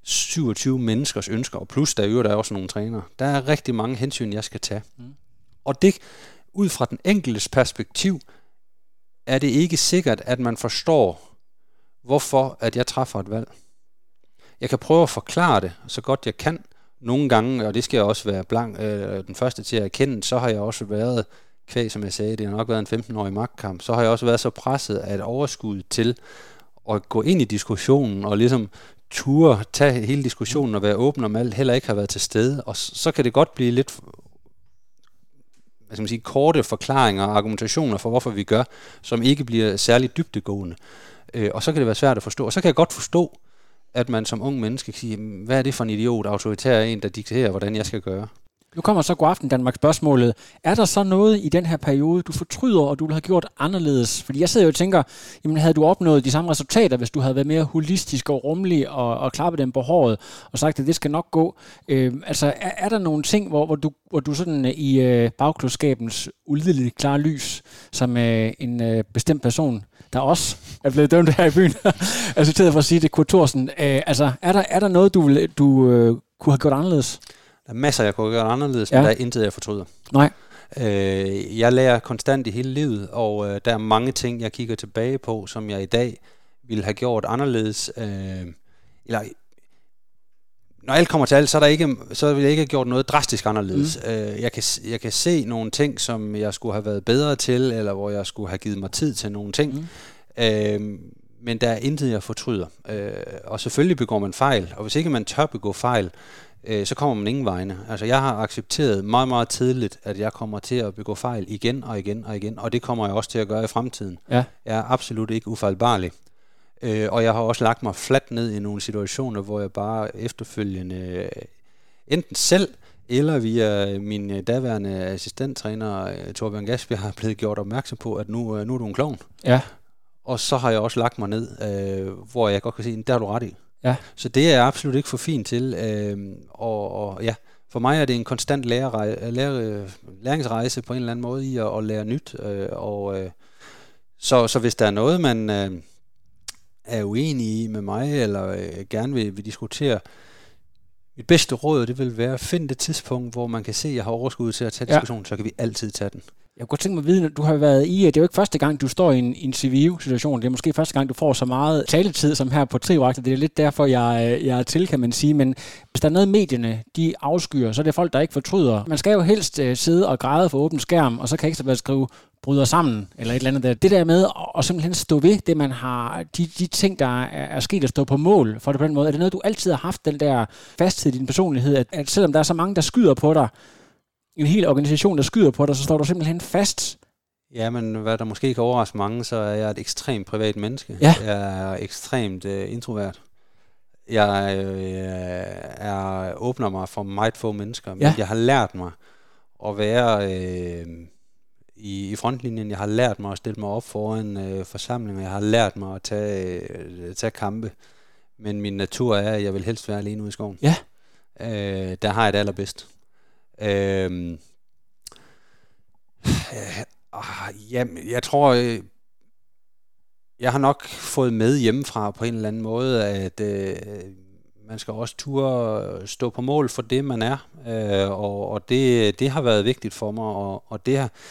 27 menneskers ønsker, og plus der er også nogle trænere. Der er rigtig mange hensyn, jeg skal tage. Mm. Og det, ud fra den enkeltes perspektiv, er det ikke sikkert, at man forstår, hvorfor at jeg træffer et valg. Jeg kan prøve at forklare det så godt jeg kan. Nogle gange, og det skal jeg også være den første til at erkende, så har jeg også været, som jeg sagde, det har nok været en 15-årig magtkamp, så har jeg også været så presset af et overskud til at gå ind i diskussionen og ligesom ture, tage hele diskussionen og være åben om alt, heller ikke har været til stede. Og så kan det godt blive lidt korte forklaringer og argumentationer for, hvorfor vi gør, som ikke bliver særligt dybdegående. Og så kan det være svært at forstå. Og så kan jeg godt forstå, at man som ung menneske kan sige, hvad er det for en idiot, autoritær en, der dikterer, hvordan jeg skal gøre? Nu kommer så god aften Danmark spørgsmålet. Er der så noget i den her periode, du fortryder, og du ville have gjort anderledes? Fordi jeg sidder jo og tænker, jamen havde du opnået de samme resultater, hvis du havde været mere holistisk og rummelig og klappet dem på håret og sagt, at det skal nok gå? Altså er der nogle ting, hvor du sådan i bagklodskabens ulideligt klare lys, som en bestemt person, der også er blevet dømt her i byen, altså til for at sige det, Kurt Thorsen, altså er der noget, du kunne have gjort anderledes? Der er masser, jeg kunne have gjort anderledes, men der er intet, jeg fortryder. Nej. Jeg lærer konstant i hele livet, og der er mange ting, jeg kigger tilbage på, som jeg i dag ville have gjort anderledes. Eller når alt kommer til alt, så ville jeg ikke have gjort noget drastisk anderledes. Jeg kan se nogle ting, som jeg skulle have været bedre til, eller hvor jeg skulle have givet mig tid til nogle ting. Men der er intet, jeg fortryder. Og selvfølgelig begår man fejl, og hvis ikke man tør begå fejl, så kommer man ingen vegne. Altså jeg har accepteret meget, meget tidligt, at jeg kommer til at begå fejl igen og igen og igen, og det kommer jeg også til at gøre i fremtiden. Ja. Jeg er absolut ikke ufejlbarlig. Og jeg har også lagt mig fladt ned i nogle situationer, hvor jeg bare efterfølgende, enten selv eller via min daværende assistenttræner, Torbjørn Gasbjerg, har blevet gjort opmærksom på, at nu er du en klovn. Ja. Og så har jeg også lagt mig ned, hvor jeg godt kan sige, der er du ret i. Ja. Så det er jeg absolut ikke for fint til. Og ja, for mig er det en konstant læringsrejse på en eller anden måde i at lære nyt. Så hvis der er noget, man er uenig i med mig, eller gerne vil diskutere, mit bedste råd, det vil være at finde det tidspunkt, hvor man kan se, at jeg har overskud til at tage diskussionen, så kan vi altid tage den. Jeg kunne godt tænke mig at vide, at du har været i, det er jo ikke første gang, du står i en CVU-situation, det er måske første gang, du får så meget taletid som her på Trivagter, det er lidt derfor, jeg er til, kan man sige, men hvis der er noget medierne, de afskyer, så er det folk, der ikke fortryder. Man skal jo helst sidde og græde for åben skærm, og så kan ikke så bare skrive bryder sammen, eller et eller andet der. Det der med at simpelthen stå ved det, man har, de ting, der er sket, at stå på mål for det på den måde, er det noget, du altid har haft, den der fasthed i din personlighed, at selvom der er så mange, der skyder på dig, en hel organisation, der skyder på dig, så står du simpelthen fast. Ja, men hvad der måske ikke overrasker mange, så er jeg et ekstremt privat menneske. Ja. Jeg er ekstremt introvert. Jeg åbner mig for meget få mennesker, men jeg har lært mig at være i frontlinjen. Jeg har lært mig at stille mig op foran forsamlinger. Jeg har lært mig at tage kampe. Men min natur er, at jeg vil helst være alene ude i skoven. Ja. Der har jeg det allerbedst. Jeg tror, jeg har nok fået med hjemmefra på en eller anden måde, at man skal også turde stå på mål for det, man er. Og det har været vigtigt for mig, og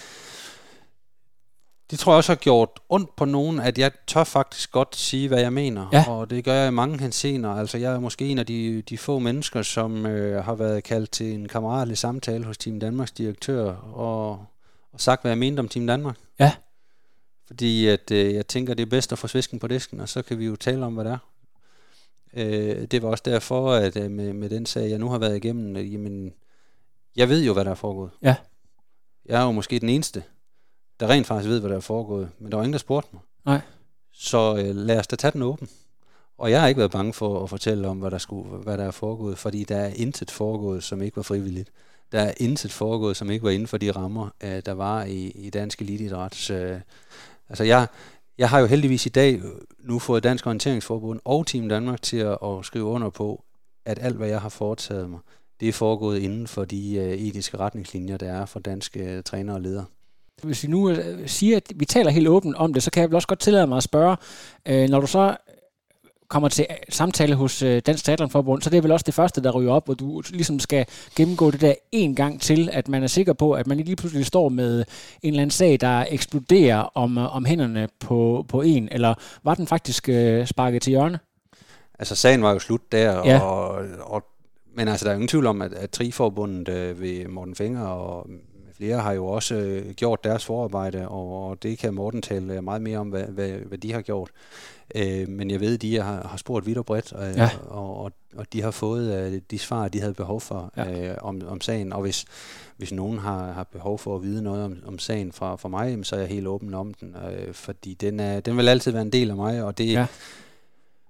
det tror jeg også har gjort ondt på nogen, at jeg tør faktisk godt sige, hvad jeg mener. Ja. Og det gør jeg i mange henseender. Altså jeg er måske en af de få mennesker, som har været kaldt til en kammeratlig samtale hos Team Danmarks direktør og sagt, hvad jeg mente om Team Danmark. Ja. Fordi at, jeg tænker, det er bedst at få svisken på disken, og så kan vi jo tale om, hvad det er. Det var også derfor, at med den sag, jeg nu har været igennem, jamen, jeg ved jo, hvad der er foregået. Ja. Jeg er jo måske den eneste, der rent faktisk ved, hvad der er foregået, men der var ingen, der spurgte mig. Nej. Så lad os da tage den åben. Og jeg har ikke været bange for at fortælle om, hvad der er foregået, fordi der er intet foregået, som ikke var frivilligt. Der er intet foregået, som ikke var inden for de rammer, der var i dansk eliteidræt. Altså jeg har jo heldigvis i dag nu fået Dansk Orienteringsforbund og Team Danmark til at skrive under på, at alt, hvad jeg har foretaget mig, det er foregået inden for de etiske retningslinjer, der er for danske trænere og ledere. Hvis vi nu siger, at vi taler helt åbent om det, så kan jeg vel også godt tillade mig at spørge, når du så kommer til samtale hos Dansk Triathlonforbund, så det er vel også det første, der ryger op, hvor du ligesom skal gennemgå det der en gang til, at man er sikker på, at man ikke lige pludselig står med en eller anden sag, der eksploderer om hænderne på en, eller var den faktisk sparket til hjørne? Altså sagen var jo slut der, ja. Men altså der er jo ingen tvivl om, at Tri-forbundet ved Morten Fenger og flere har jo også gjort deres forarbejde, og det kan Morten tale meget mere om, hvad de har gjort. Men jeg ved, at de har spurgt vidt og bredt, og de har fået de svar, de havde behov for om sagen. Og hvis nogen har behov for at vide noget om sagen fra mig, så er jeg helt åben om den, fordi den vil altid være en del af mig, og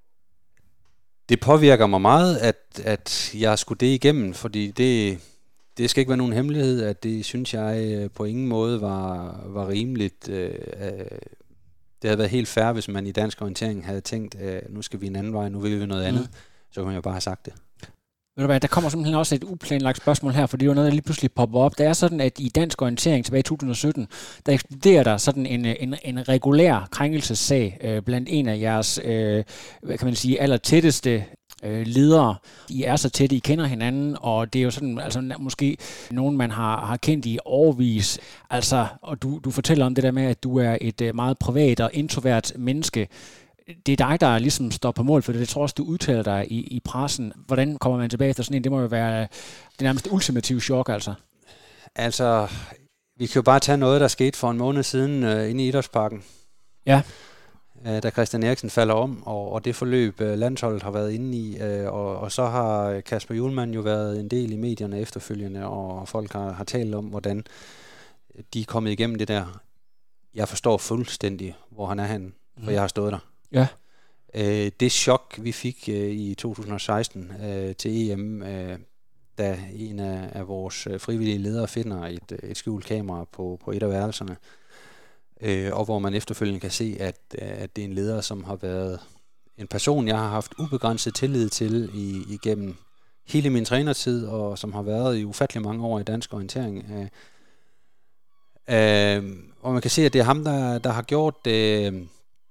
det påvirker mig meget, at jeg skulle det igennem, fordi Det skal ikke være nogen hemmelighed, at det synes jeg på ingen måde var rimeligt. Det havde været helt fair, hvis man i dansk orientering havde tænkt, nu skal vi en anden vej, nu vil vi noget andet. Så kunne man jo bare have sagt det. Ved du hvad, der kommer simpelthen også et uplanlagt spørgsmål her, for det er jo noget, der lige pludselig popper op. Det er sådan, at i dansk orientering tilbage i 2017, der eksploderer der sådan en regulær krænkelsessag blandt en af jeres, hvad kan man sige, allertætteste ledere. I er så tætte, I kender hinanden, og det er jo sådan, altså måske nogen, man har kendt i årevis. Altså, og du fortæller om det der med, at du er et meget privat og introvert menneske. Det er dig, der ligesom står på mål for det. Jeg tror også, du udtaler dig i pressen. Hvordan kommer man tilbage efter sådan en? Det må jo være det nærmest ultimative chok, altså. Altså, vi kan jo bare tage noget, der skete for en måned siden inde i Idrætsparken. Ja. Da Christian Eriksen falder om, og det forløb landsholdet har været inde i. Og så har Kasper Hjulmand jo været en del i medierne efterfølgende, og folk har talt om, hvordan de er kommet igennem det der. Jeg forstår fuldstændig, hvor han er henne, for jeg har stået der. Ja. Det chok, vi fik i 2016 til EM, da en af vores frivillige ledere finder et skjult kamera på et af værelserne, og hvor man efterfølgende kan se, at det er en leder, som har været en person, jeg har haft ubegrænset tillid til igennem hele min trænertid, og som har været i ufattelig mange år i dansk orientering. Og man kan se, at det er ham, der har gjort det.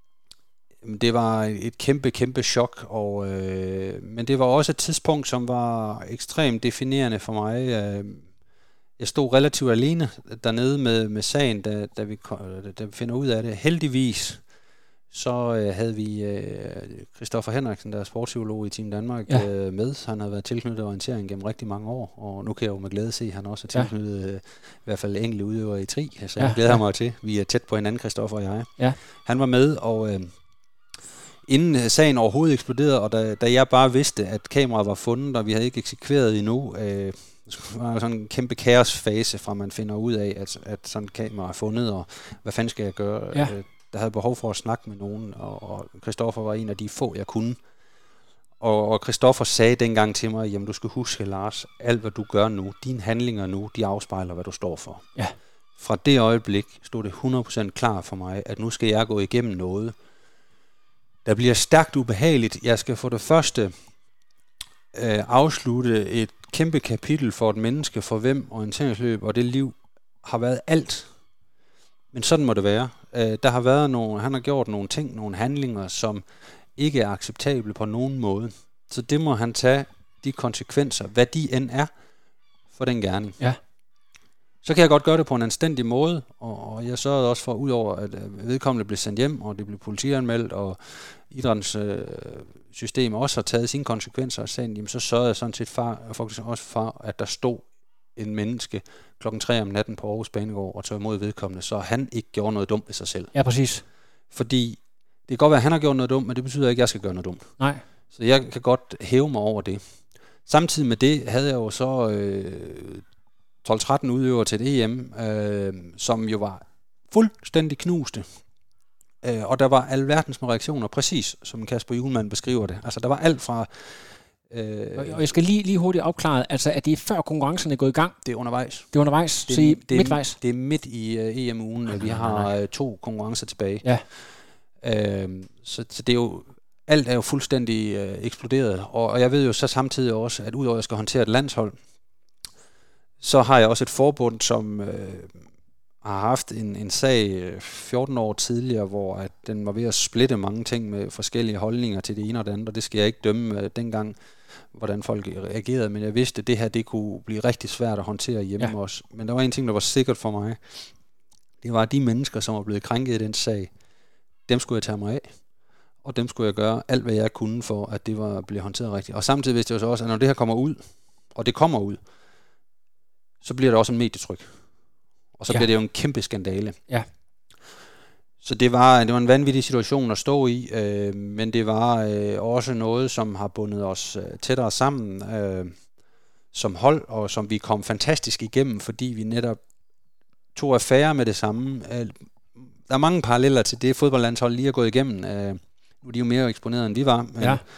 Det var et kæmpe chok, men det var også et tidspunkt, som var ekstremt definerende for mig. Jeg stod relativt alene dernede med sagen, da vi finder ud af det. Heldigvis så havde vi Christoffer Henriksen, der er sportspsykolog i Team Danmark, med. Han har været tilknyttet orientering gennem rigtig mange år, og nu kan jeg jo med glæde se, at han også er tilknyttet i hvert fald enkelte udøvere i tri. Altså, jeg glæder mig til. Vi er tæt på hinanden, Christoffer og jeg. Ja. Han var med, og inden sagen overhovedet eksploderede, og da jeg bare vidste, at kameraet var fundet, og vi havde ikke eksekveret endnu, det var sådan en kæmpe kaosfase, fra man finder ud af, at sådan et kamera er fundet, og hvad fanden skal jeg gøre? Ja. Der havde behov for at snakke med nogen, og Christoffer var en af de få, jeg kunne. Og Christoffer sagde dengang til mig, jamen du skal huske, Lars, alt hvad du gør nu, dine handlinger nu, de afspejler, hvad du står for. Ja. Fra det øjeblik stod det 100% klar for mig, at nu skal jeg gå igennem noget, der bliver stærkt ubehageligt. Jeg skal for det første afslutte et kæmpe kapitel for et menneske, for hvem orienteringsløb og det liv har været alt. Men sådan må det være. Der har været han har gjort nogle ting, nogle handlinger, som ikke er acceptable på nogen måde. Så det må han tage de konsekvenser, hvad de end er, for den gerning. Ja. Så kan jeg godt gøre det på en anstændig måde, og jeg sørgede også for, udover at vedkommende blev sendt hjem, og det blev politianmeldt, og idrættens system også har taget sine konsekvenser og sagde, jamen så sørgede jeg sådan set faktisk også for, at der stod en menneske 3:00 om natten på Aarhus Banegård og tog imod vedkommende, så han ikke gjorde noget dumt ved sig selv. Ja, præcis. Fordi det kan godt være, at han har gjort noget dumt, men det betyder ikke, at jeg skal gøre noget dumt. Nej. Så jeg kan godt hæve mig over det. Samtidig med det havde jeg jo så 12-13 udøvere til et EM, som jo var fuldstændig knuste. Og der var alverdens med reaktioner, præcis som Kasper Hjulmand beskriver det. Altså der var alt fra... Og jeg skal lige hurtigt opklare, altså at det er før konkurrencerne er gået i gang? Det er undervejs. Det er undervejs, så midtvejs? Det er midt i EM-ugen, at vi har 2 konkurrencer tilbage. Ja. Så det er jo... Alt er jo fuldstændig eksploderet, og jeg ved jo så samtidig også, at udover at jeg skal håndtere et landshold, så har jeg også et forbund, som har haft en sag 14 år tidligere, hvor at den var ved at splitte mange ting med forskellige holdninger til det ene og det andet, og det skal jeg ikke dømme dengang, hvordan folk reagerede, men jeg vidste, at det her det kunne blive rigtig svært at håndtere hjemme også. Men der var en ting, der var sikkert for mig. Det var de mennesker, som var blevet krænket i den sag. Dem skulle jeg tage mig af. Og dem skulle jeg gøre alt, hvad jeg kunne for, at det blev håndteret rigtigt. Og samtidig vidste jeg så også, at når det her kommer ud, og det kommer ud, så bliver det også en medietryk. Og så bliver det jo en kæmpe skandale. Ja. Så det var en vanvittig situation at stå i, men det var også noget, som har bundet os tættere sammen som hold, og som vi kom fantastisk igennem, fordi vi netop tog affære med det samme. Der er mange paralleller til det fodboldlandshold lige er gået igennem. Nu er de jo mere eksponeret, end vi var.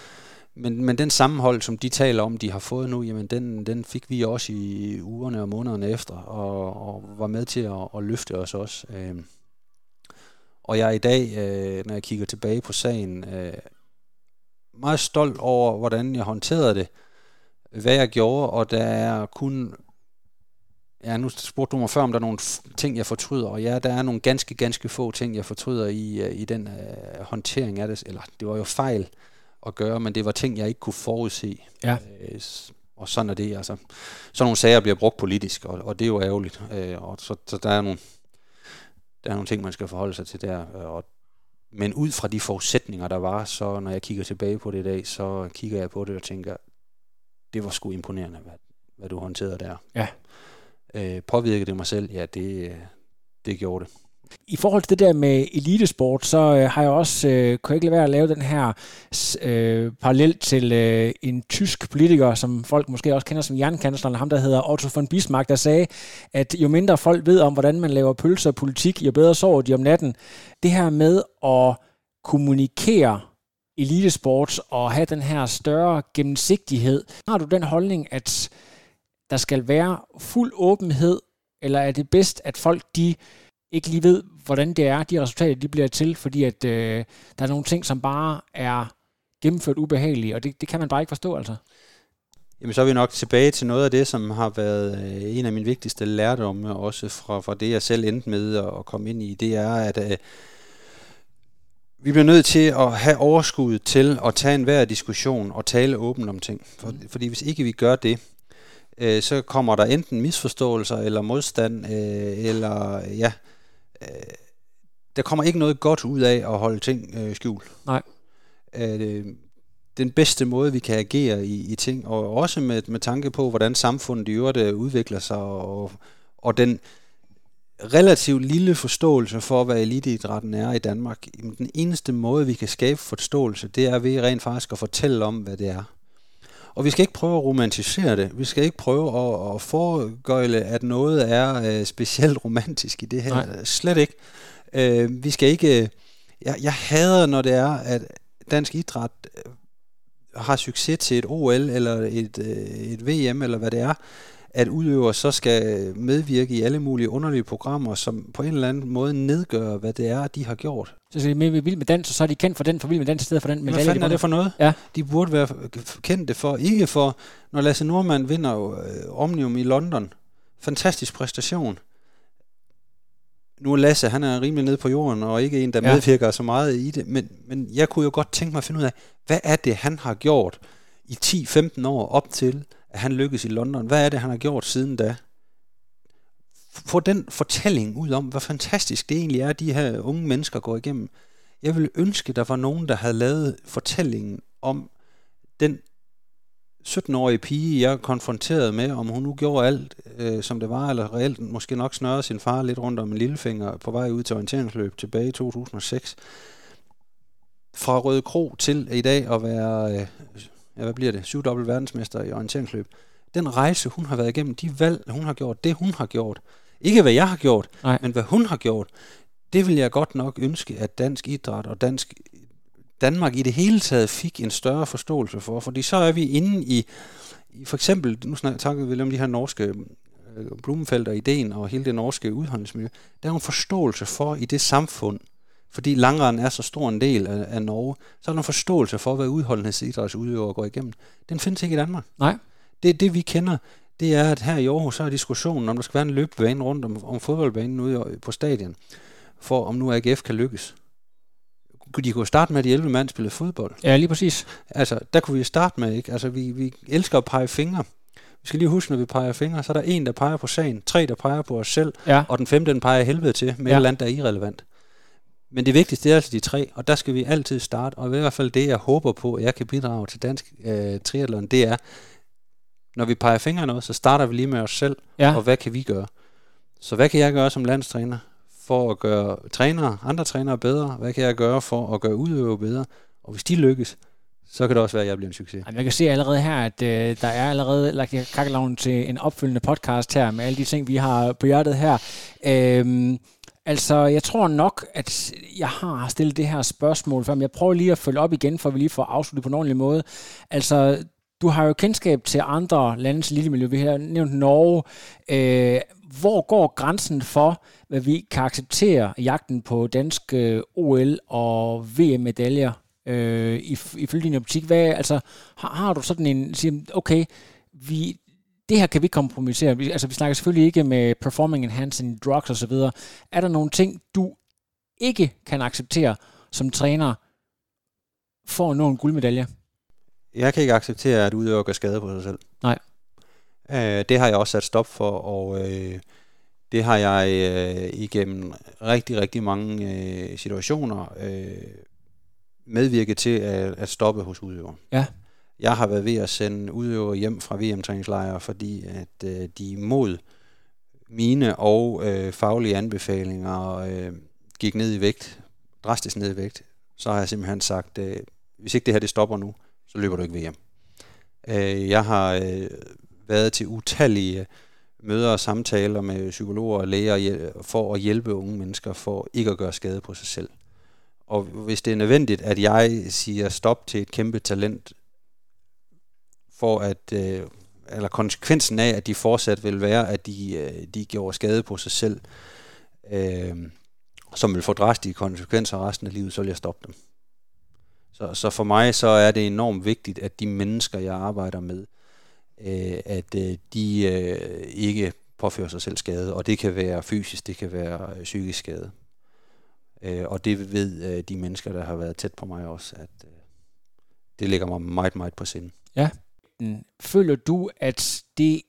Men den sammenhold, som de taler om, de har fået nu, jamen den fik vi også i ugerne og månederne efter, og var med til at løfte os også. Og jeg er i dag, når jeg kigger tilbage på sagen, meget stolt over, hvordan jeg håndterede det, hvad jeg gjorde, og der er kun... Ja, nu spurgte du mig før, om der er nogle ting, jeg fortryder, og ja, der er nogle ganske få ting, jeg fortryder i den håndtering af det. Eller, det var jo fejl at gøre, men det var ting, jeg ikke kunne forudse. Ja. Og sådan er det, altså. Sådan nogle sager bliver brugt politisk, og det er jo ærgerligt. Og så der er nogle ting, man skal forholde sig til der. Men ud fra de forudsætninger, der var, så når jeg kigger tilbage på det i dag, så kigger jeg på det og tænker, det var sgu imponerende, hvad du håndterede der. Ja. Påvirkede det mig selv? Ja, det gjorde det. I forhold til det der med elitesport, så har jeg også, kunne ikke lade være at lave den her parallel til en tysk politiker, som folk måske også kender som jernkansleren, ham der hedder Otto von Bismarck, der sagde, at jo mindre folk ved om, hvordan man laver pølser og politik, jo bedre sover de om natten. Det her med at kommunikere elitesport og have den her større gennemsigtighed, har du den holdning, at der skal være fuld åbenhed, eller er det bedst, at folk de ikke lige ved, hvordan det er, de resultater de bliver til, fordi at der er nogle ting, som bare er gennemført ubehagelige, og det kan man bare ikke forstå, altså? Jamen, så er vi nok tilbage til noget af det, som har været en af mine vigtigste lærdomme, også fra det, jeg selv endte med at komme ind i. Det er, at vi bliver nødt til at have overskud til at tage enhver diskussion og tale åbent om ting. Fordi hvis ikke vi gør det, så kommer der enten misforståelser eller modstand, der kommer ikke noget godt ud af at holde ting skjult. Nej. Den bedste måde, vi kan agere i ting, og også med tanke på, hvordan samfundet i øvrigt udvikler sig, og den relativt lille forståelse for, hvad eliteidrætten er i Danmark. Den eneste måde, vi kan skabe forståelse, det er ved rent faktisk at fortælle om, hvad det er. Og vi skal ikke prøve at romantisere det. Vi skal ikke prøve at foregøjle, at noget er specielt romantisk i det her. Nej. Slet ikke. Vi skal ikke... Jeg hader, når det er, at dansk idræt har succes til et OL eller et VM, eller hvad det er, at udøvere så skal medvirke i alle mulige underlige programmer, som på en eller anden måde nedgør, hvad det er, de har gjort. Så er med Vild med Dans, og så er de kendt for den for Vild med Dans i stedet for den medalje. Hvad fanden er det for noget? Ja. De burde være kendte for, ikke for, når Lasse Nordmann vinder Omnium i London. Fantastisk præstation. Nu er Lasse, han er rimelig nede på jorden, og ikke en, der medvirker så meget i det, men jeg kunne jo godt tænke mig at finde ud af, hvad er det, han har gjort i 10-15 år op til, at han lykkes i London? Hvad er det, han har gjort siden da? Få den fortælling ud om, hvor fantastisk det egentlig er, at de her unge mennesker går igennem. Jeg ville ønske, der var nogen, der havde lavet fortællingen om den 17-årige pige, jeg konfronteret med, om hun nu gjorde alt, som det var, eller reelt måske nok snørrede sin far lidt rundt om en lillefinger på vej ud til orienteringsløb tilbage i 2006. Fra Røde Kro til i dag at være, hvad bliver det, 7-dobbelt verdensmester i orienteringsløb. Den rejse, hun har været igennem, de valg, hun har gjort, det hun har gjort, ikke hvad jeg har gjort, men hvad hun har gjort, det vil jeg godt nok ønske, at dansk idræt og Danmark i det hele taget fik en større forståelse for, fordi så er vi inde i for eksempel, nu snakker vi om de her norske Blumenfeldt og ideen og hele det norske udholdenhedsmiljø, der er en forståelse for i det samfund, fordi langrenden er så stor en del af Norge, så er der en forståelse for, hvad udholdenhedsidrætsudøvere går igennem. Den findes ikke i Danmark. Nej. Det vi kender, det er, at her i Aarhus, så er diskussionen, om der skal være en løbebane rundt om fodboldbanen ude på stadion, for om nu AGF kan lykkes. De kunne starte med, at de 11 mand spillede fodbold. Ja, lige præcis. Altså, der kunne vi starte med, ikke? Altså, vi elsker at pege fingre. Vi skal lige huske, når vi peger fingre, så er der en, der peger på sagen, 3, der peger på os selv, og den 5, den peger helvede til, med et eller andet, der er irrelevant. Men det vigtigste er altså de 3, og der skal vi altid starte, og i hvert fald det, jeg håber på, at jeg kan bidrage til dansk triathlon, det er, når vi peger fingre noget, så starter vi lige med os selv, og hvad kan vi gøre? Så hvad kan jeg gøre som landstræner for at gøre andre trænere bedre? Hvad kan jeg gøre for at gøre udøvere bedre? Og hvis de lykkes, så kan det også være, at jeg bliver en succes. Jeg kan se allerede her, at der er allerede lagt kakkelovnen til en opfølgende podcast her, med alle de ting, vi har på hjertet her. Altså, jeg tror nok, at jeg har stillet det her spørgsmål før, men jeg prøver lige at følge op igen, for vi lige får afsluttet på en ordentlig måde. Altså, du har jo kendskab til andre landes lille miljø. Vi har nævnt Norge. Hvor går grænsen for, hvad vi kan acceptere jagten på danske OL- og VM-medaljer ifølge din optik? Altså, har du sådan en, okay, det her kan vi kompromittere. Vi snakker selvfølgelig ikke med performing enhancing drugs osv. Er der nogle ting, du ikke kan acceptere som træner for at nå en guldmedalje? Jeg kan ikke acceptere, at udøver gør skade på sig selv. Nej. Det har jeg også sat stop for, og det har jeg igennem rigtig, rigtig mange situationer medvirket til at stoppe hos udøvere. Ja. Jeg har været ved at sende udøvere hjem fra VM-træningslejre, fordi at de mod mine og faglige anbefalinger gik ned i vægt, drastisk ned i vægt. Så har jeg simpelthen sagt, hvis ikke det her det stopper nu, så løber du ikke VM. Jeg har været til utallige møder og samtaler med psykologer og læger for at hjælpe unge mennesker for ikke at gøre skade på sig selv. Og hvis det er nødvendigt, at jeg siger stop til et kæmpe talent, for at, eller konsekvensen af, at de fortsat vil være, at de gjorde skade på sig selv, som vil få drastiske konsekvenser resten af livet, så vil jeg stoppe dem. Så for mig så er det enormt vigtigt, at de mennesker, jeg arbejder med, at de ikke påfører sig selv skade, og det kan være fysisk, det kan være psykisk skade. Og det ved de mennesker, der har været tæt på mig også, at det ligger mig meget, meget på sinde. Ja. Føler du, at det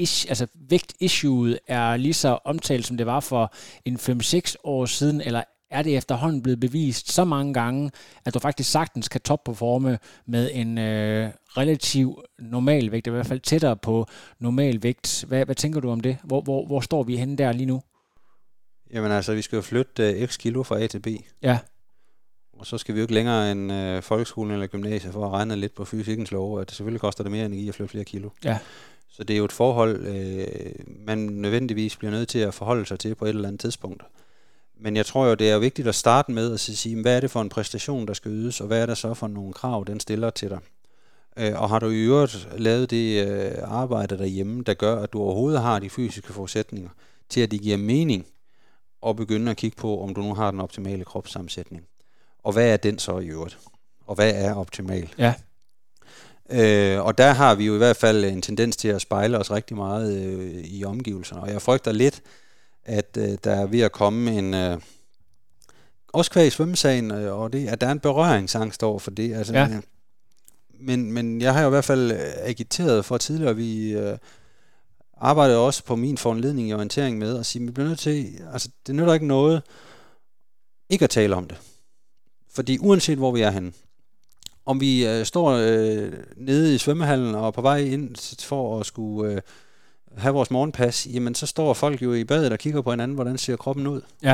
vægtissuet er lige så omtalt, som det var for en 5-6 år siden, eller er det efterhånden blevet bevist så mange gange, at du faktisk sagtens kan topperforme med en relativ normal vægt, i hvert fald tættere på normal vægt? Hvad tænker du om det? Hvor står vi henne der lige nu? Jamen altså, vi skal jo flytte x kilo fra A til B. Ja. Og så skal vi jo ikke længere end folkeskolen eller gymnasiet for at regne lidt på fysikkens lov, at det selvfølgelig koster det mere energi at flytte flere kilo. Ja. Så det er jo et forhold, man nødvendigvis bliver nødt til at forholde sig til på et eller andet tidspunkt. Men jeg tror jo, det er vigtigt at starte med at sige, hvad er det for en præstation, der skal ydes, og hvad er der så for nogle krav, den stiller til dig. Og har du i øvrigt lavet det arbejde derhjemme, der gør, at du overhovedet har de fysiske forudsætninger til, at det giver mening at begynde at kigge på, om du nu har den optimale kropssammensætning. Og hvad er den så i øvrigt? Og hvad er optimal? Ja. Og der har vi jo i hvert fald en tendens til at spejle os rigtig meget i omgivelserne. Og jeg frygter lidt, at der er ved at komme en... også kvæg i svømmesagen, og det, at der er en berøringsangst over for det. Altså, ja. Men jeg har jo i hvert fald agiteret for tidligere, vi arbejdede også på min foranledning i orientering med, at sige, vi bliver nødt til... Altså, det nytter ikke noget ikke at tale om det. Fordi uanset hvor vi er henne, om vi står nede i svømmehallen og på vej ind for at skulle have vores morgenpas, jamen så står folk jo i badet og kigger på hinanden, hvordan ser kroppen ud. Ja.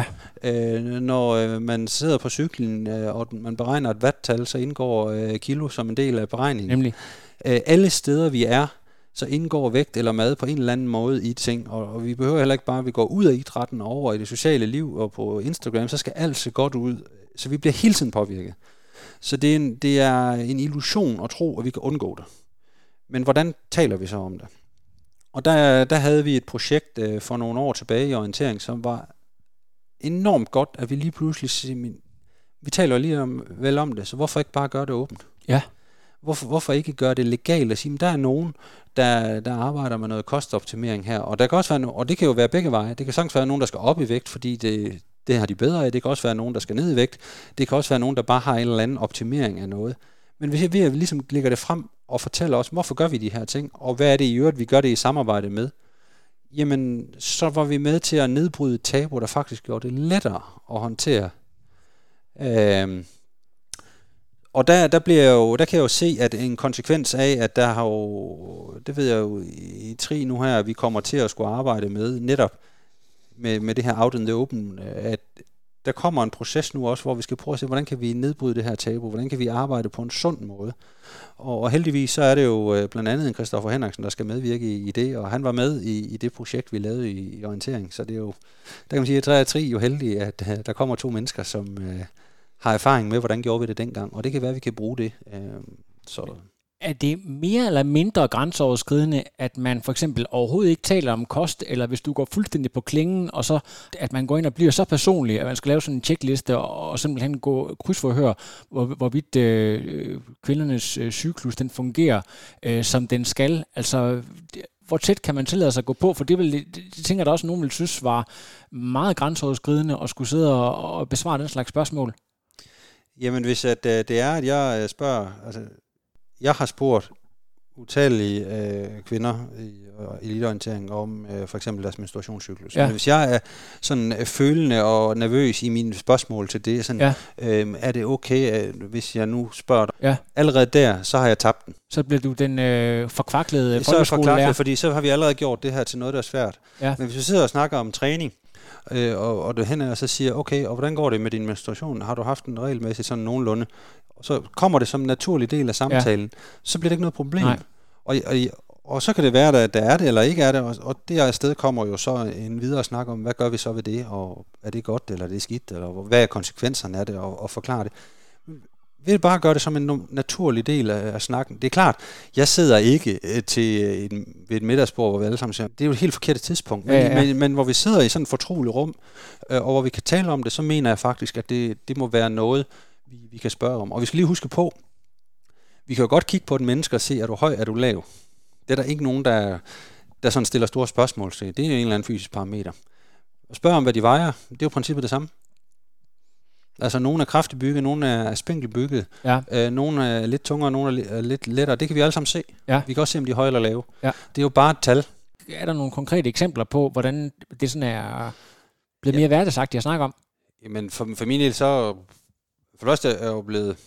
Når man sidder på cyklen, og man beregner et watttal, så indgår kilo som en del af beregningen. Nemlig. Alle steder vi er, så indgår vægt eller mad på en eller anden måde i ting, og vi behøver heller ikke bare, at vi går ud af idrætten og over i det sociale liv og på Instagram, så skal alt se godt ud. Så vi bliver hele tiden påvirket. Så det er en illusion at tro, at vi kan undgå det. Men hvordan taler vi så om det? Og der havde vi et projekt for nogle år tilbage i orientering, som var enormt godt, at vi lige pludselig siger, vi taler lige om det, så hvorfor ikke bare gøre det åbent? Ja. Hvorfor ikke gøre det legalt og sige, der er nogen, der arbejder med noget kostoptimering her, og der kan også være og det kan jo være begge veje. Det kan sagtens være nogen, der skal op i vægt, fordi det har de bedre af. Det kan også være nogen, der skal ned i vægt. Det kan også være nogen, der bare har en eller anden optimering af noget. Men hvis vi ligesom lægger det frem og fortæller os, hvorfor gør vi de her ting, og hvad er det i øvrigt, vi gør det i samarbejde med, jamen så var vi med til at nedbryde tabu, der faktisk gjorde det lettere at håndtere. Og der kan jeg jo se, at en konsekvens af, at der har jo, det ved jeg jo i TRI nu her, at vi kommer til at skulle arbejde med netop med det her out in the open, at der kommer en proces nu også, hvor vi skal prøve at se, hvordan kan vi nedbryde det her tabu, hvordan kan vi arbejde på en sund måde. Og heldigvis så er det jo blandt andet en Christoffer Henriksen, der skal medvirke i det, og han var med i det projekt, vi lavede i orientering. Så det er jo, der kan man sige, at 3 jo heldige, at der kommer 2 mennesker, som har erfaring med, hvordan gjorde vi det dengang, og det kan være, at vi kan bruge det. Så. Er det mere eller mindre grænseoverskridende, at man for eksempel overhovedet ikke taler om kost, eller hvis du går fuldstændig på klingen, og så at man går ind og bliver så personlig, at man skal lave sådan en checkliste og simpelthen gå krydsforhør, hvorvidt kvindernes cyklus den fungerer, som den skal? Altså, hvor tæt kan man tillade sig at gå på? For det tænker jeg da også, at nogen vil synes var meget grænseoverskridende at skulle sidde og besvare den slags spørgsmål. Jamen, hvis det er, at jeg spørger... Altså jeg har spurgt utallige kvinder i eliteorientering om for eksempel deres menstruationscyklus. Ja. Hvis jeg er sådan følende og nervøs i mine spørgsmål til det, sådan, er det okay, hvis jeg nu spørger dig? Ja. Allerede der, så har jeg tabt den. Så bliver du den forkvaklede folkeskolelærer. Så er jeg forkvaklet, fordi så har vi allerede gjort det her til noget, der er svært. Ja. Men hvis vi sidder og snakker om træning, og det hænder og så siger, okay, og hvordan går det med din menstruation? Har du haft en regelmæssigt sådan nogenlunde? Så kommer det som en naturlig del af samtalen, så bliver det ikke noget problem. Og så kan det være, at der er det eller ikke er det, og det her sted kommer jo så en videre snak om, hvad gør vi så ved det, og er det godt, eller er det skidt, eller hvad er konsekvenserne af det, og forklare det. Vi vil bare gøre det som en naturlig del af snakken. Det er klart, jeg sidder ikke ved et middagsbord, hvor vi alle sammen siger, det er jo et helt forkert tidspunkt, men hvor vi sidder i sådan et fortroligt rum, og hvor vi kan tale om det, så mener jeg faktisk, at det må være noget, vi kan spørge om. Og vi skal lige huske på, vi kan jo godt kigge på et menneske og se, er du høj, er du lav? Det er der ikke nogen, der sådan stiller store spørgsmål til. Det er jo en eller anden fysisk parameter. Og spørge om, hvad de vejer, det er jo princippet det samme. Altså, nogle er kraftigt bygget, nogle er spinkelt bygget, nogle er lidt tungere, nogle er lidt lettere. Det kan vi alle sammen se. Ja. Vi kan også se, om de er høje eller lave. Ja. Det er jo bare et tal. Er der nogle konkrete eksempler på, hvordan det sådan er blevet mere hverdagsagtigt at snakke om? Jamen, for min del så... For det første er jeg jo blevet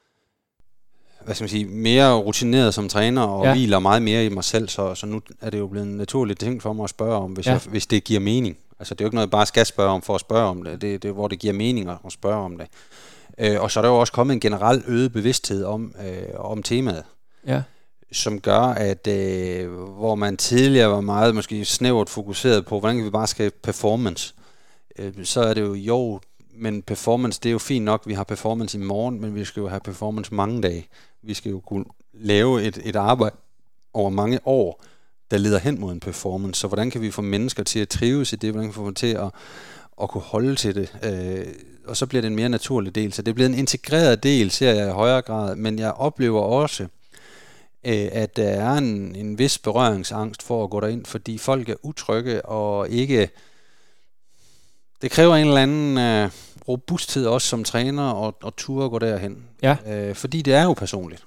mere rutineret som træner og hviler meget mere i mig selv, så nu er det jo blevet en naturlig ting for mig at spørge om, hvis det giver mening. Altså det er jo ikke noget, jeg bare skal spørge om for at spørge om det. Det er hvor det giver mening at spørge om det. Og så er der jo også kommet en generel øget bevidsthed om temaet, som gør, at hvor man tidligere var meget måske snævert fokuseret på, hvordan kan vi bare skabe performance, så er det jo men performance, det er jo fint nok, vi har performance i morgen, men vi skal jo have performance mange dage. Vi skal jo kunne lave et arbejde over mange år, der leder hen mod en performance. Så hvordan kan vi få mennesker til at trives i det? Hvordan kan vi få dem til at kunne holde til det? Og så bliver det en mere naturlig del. Så det bliver en integreret del, ser jeg i højere grad. Men jeg oplever også, at der er en vis berøringsangst for at gå derind, fordi folk er utrygge og ikke... Det kræver en eller anden robusthed også som træner og turde gå derhen. Ja. Fordi det er jo personligt.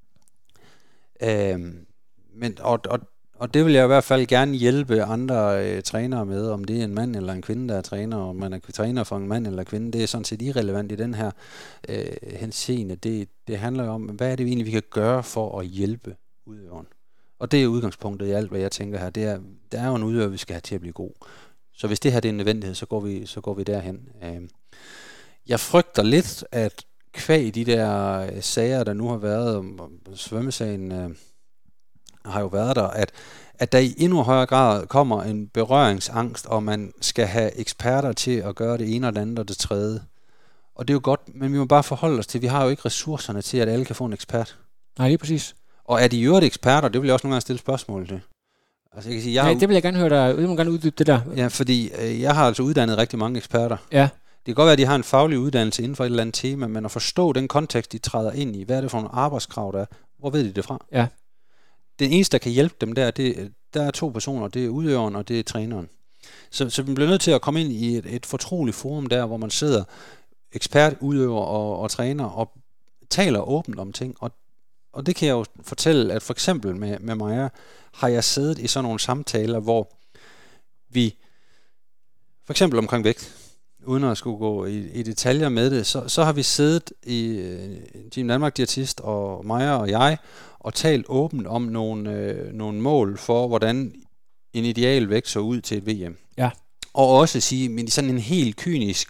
Og det vil jeg i hvert fald gerne hjælpe andre trænere med, om det er en mand eller en kvinde, der er træner, om man er træner for en mand eller en kvinde. Det er sådan set irrelevant i den her henseende. Det handler jo om, hvad er det egentlig, vi kan gøre for at hjælpe udøveren. Og det er udgangspunktet i alt, hvad jeg tænker her. Der er jo en udøver, vi skal have til at blive god. Så hvis det her det er en nødvendighed, så går vi derhen. Jeg frygter lidt, at kvæg de der sager, der nu har været, om svømmesagen har jo været der, at der i endnu højere grad kommer en berøringsangst, og man skal have eksperter til at gøre det ene og det andet og det tredje. Og det er jo godt, men vi må bare forholde os til, vi har jo ikke ressourcerne til, at alle kan få en ekspert. Nej, lige præcis. Og er de i øvrigt eksperter, det vil jeg også nogle gange stille spørgsmål til. Altså, jeg kan sige, det vil jeg gerne høre dig. Jeg må gerne uddybe det der. Ja, fordi jeg har altså uddannet rigtig mange eksperter. Ja. Det kan godt være, at de har en faglig uddannelse inden for et eller andet tema, men at forstå den kontekst, de træder ind i, hvad er det for nogle arbejdskrav, der er, hvor ved de det fra? Ja. Den eneste, der kan hjælpe dem der er 2 personer, det er udøveren og det er træneren. Så vi bliver nødt til at komme ind i et fortroligt forum der, hvor man sidder ekspert, udøver og træner og taler åbent om ting. Og det kan jeg jo fortælle, at for eksempel med Maja, har jeg siddet i sådan nogle samtaler, hvor vi, for eksempel omkring vægt, uden at skulle gå i detaljer med det, så har vi siddet i Team Danmark Diætist og Maja og jeg, og talt åbent om nogle mål for, hvordan en ideal vægt så ud til et VM. Ja. Og også sige, men i sådan en helt kynisk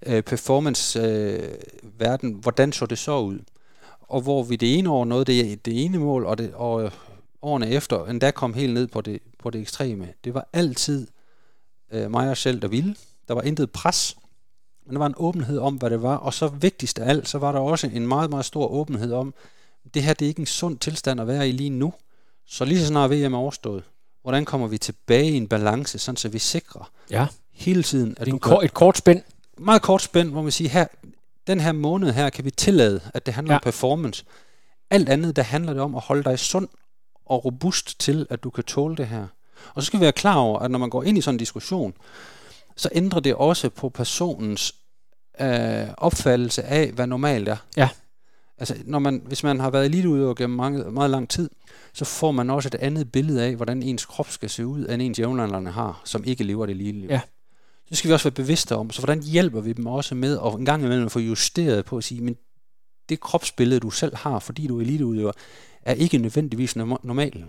performance-verden, hvordan så det så ud? Og hvor vi det ene år nåede det ene mål, og årene efter endda kom helt ned på det ekstreme. Det var altid mig og selv, der ville. Der var intet pres, men der var en åbenhed om, hvad det var. Og så vigtigst af alt, så var der også en meget, meget stor åbenhed om, det her det er ikke en sund tilstand at være i lige nu. Så lige så snart VM er overstået, hvordan kommer vi tilbage i en balance, sådan så vi sikrer hele tiden, at et kort spænd. Meget kort spænd, hvor man siger, her, den her måned her kan vi tillade, at det handler om performance. Alt andet, der handler det om at holde dig sund og robust til, at du kan tåle det her. Og så skal vi være klar over, at når man går ind i sådan en diskussion, så ændrer det også på personens opfattelse af, hvad normalt er. Ja. Altså, hvis man har været eliteudøver gennem meget lang tid, så får man også et andet billede af, hvordan ens krop skal se ud, end ens jævnaldrende har, som ikke lever det eliteliv. Ja. Det skal vi også være bevidste om. Så hvordan hjælper vi dem også med at en gang imellem få justeret på at sige, men det kropsbillede, du selv har, fordi du er eliteudøver, er ikke nødvendigvis normalt.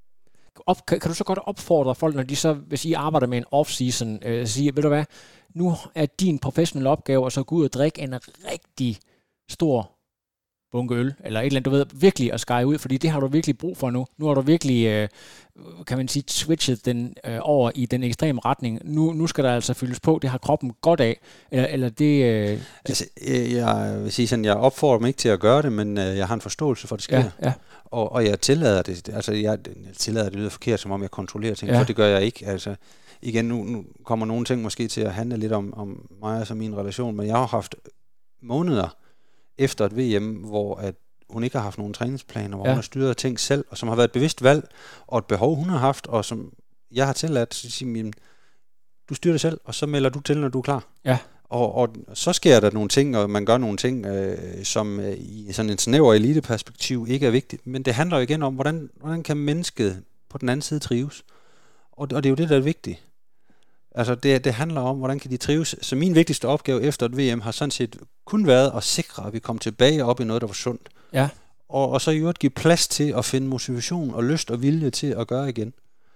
Kan du så godt opfordre folk, når de så, hvis I arbejder med en off-season, siger, ved du hvad, nu er din professionelle opgave at så gå ud og drikke en rigtig stor bunke øl, eller et eller andet, du ved, virkelig at skære ud, fordi det har du virkelig brug for nu. Nu har du virkelig, kan man sige, switchet den over i den ekstreme retning. Nu skal der altså fyldes på, det har kroppen godt af, eller det... Altså, jeg vil sige sådan, jeg opfordrer mig ikke til at gøre det, men jeg har en forståelse for, at det sker. Ja. Og jeg tillader det. Altså, jeg tillader det lyder forkert, som om jeg kontrollerer ting, for det gør jeg ikke. Altså, igen, nu kommer nogle ting måske til at handle lidt om mig og så min relation, men jeg har haft måneder efter et VM, hvor at hun ikke har haft nogen træningsplaner, hvor hun har styret ting selv, og som har været et bevidst valg, og et behov, hun har haft, og som jeg har tilladt, så sige, du styrer det selv, og så melder du til, når du er klar. Ja. Og så sker der nogle ting, og man gør nogle ting, som i sådan en snæver eliteperspektiv ikke er vigtigt, men det handler jo igen om, hvordan kan mennesket på den anden side trives? Og det er jo det, der er vigtigt. Altså det handler om, hvordan kan de trives. Så min vigtigste opgave efter et VM har sådan set kun været at sikre, at vi kom tilbage op i noget, der var sundt. Ja. Og så i øvrigt give plads til at finde motivation og lyst og vilje til at gøre igen.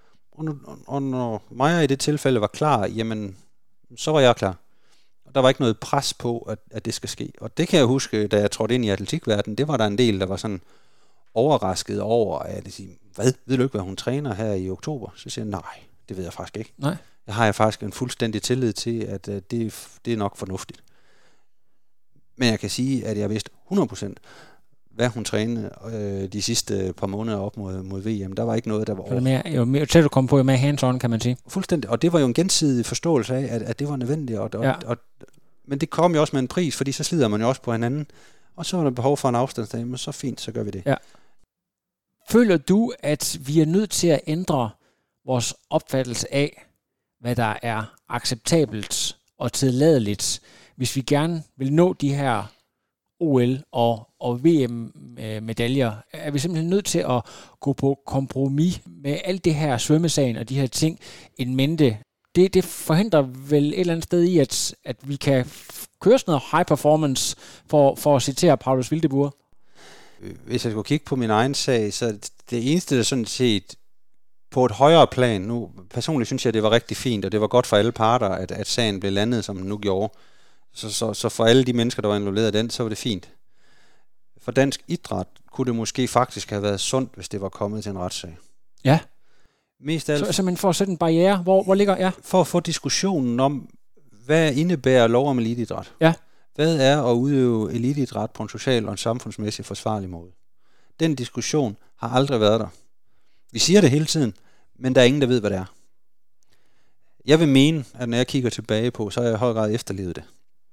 Og når mig i det tilfælde var klar, jamen, så var jeg klar. Der var ikke noget pres på, at det skal ske. Og det kan jeg huske, da jeg trådte ind i atletikverdenen, det var der en del, der var sådan overrasket over, at de siger, ved du ikke, hvad hun træner her i oktober? Så siger jeg, nej, det ved jeg faktisk ikke. Nej. Jeg har faktisk en fuldstændig tillid til, at det er nok fornuftigt. Men jeg kan sige, at jeg vidste 100%, hvad hun trænede de sidste par måneder op mod VM. Der var ikke noget, der var over. Jo mere til du kom på, jo mere hands-on, kan man sige. Fuldstændig. Og det var jo en gensidig forståelse af, at det var nødvendigt. Men det kom jo også med en pris, fordi så slider man jo også på hinanden. Og så var der behov for en afstandsdag, men så fint, så gør vi det. Ja. Føler du, at vi er nødt til at ændre vores opfattelse af, hvad der er acceptabelt og tilladeligt, hvis vi gerne vil nå de her OL og VM-medaljer? Er vi simpelthen nødt til at gå på kompromis med alt det her svømmesagen og de her ting in mente? Det forhindrer vel et eller andet sted i, at vi kan køre sådan noget high performance, for at citere Paulus Wildeboer? Hvis jeg skulle kigge på min egen sag, så det eneste, der sådan set på et højere plan, nu personligt synes jeg, det var rigtig fint, og det var godt for alle parter, at sagen blev landet, som den nu gjorde. Så for alle de mennesker, der var involveret i den, så var det fint. For dansk idræt kunne det måske faktisk have været sundt, hvis det var kommet til en retssag. Ja. Mest af alt, så man får sætte en barriere, hvor ligger... Ja. For at få diskussionen om, hvad indebærer lov om eliteidræt? Ja. Hvad er at udøve eliteidræt på en social og en samfundsmæssig forsvarlig måde? Den diskussion har aldrig været der. Vi siger det hele tiden, men der er ingen, der ved, hvad det er. Jeg vil mene, at når jeg kigger tilbage på, så har jeg i høj grad efterlevet det.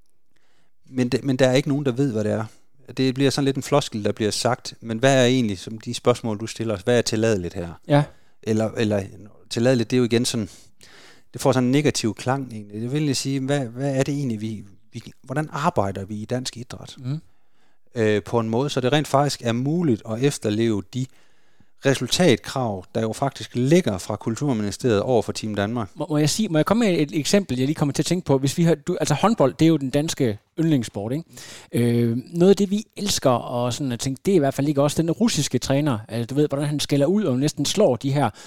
Men der er ikke nogen, der ved, hvad det er. Det bliver sådan lidt en floskel, der bliver sagt, men hvad er egentlig, som de spørgsmål, du stiller os, hvad er tilladeligt her? Ja. Eller tilladeligt, det er jo igen sådan, det får sådan en negativ klang egentlig. Det vil jeg sige, hvad er det egentlig, hvordan arbejder vi i dansk idræt? På en måde, så det rent faktisk er muligt at efterleve de resultatkrav, der jo faktisk ligger fra Kulturministeriet over for Team Danmark. Må jeg komme med et eksempel, jeg lige kommer til at tænke på? Hvis vi har, altså håndbold, det er jo den danske yndlingssport, ikke? Noget af det, vi elsker og sådan at tænke, det er i hvert fald ikke også den russiske træner. Altså, du ved, hvordan han skælder ud og næsten slår de her.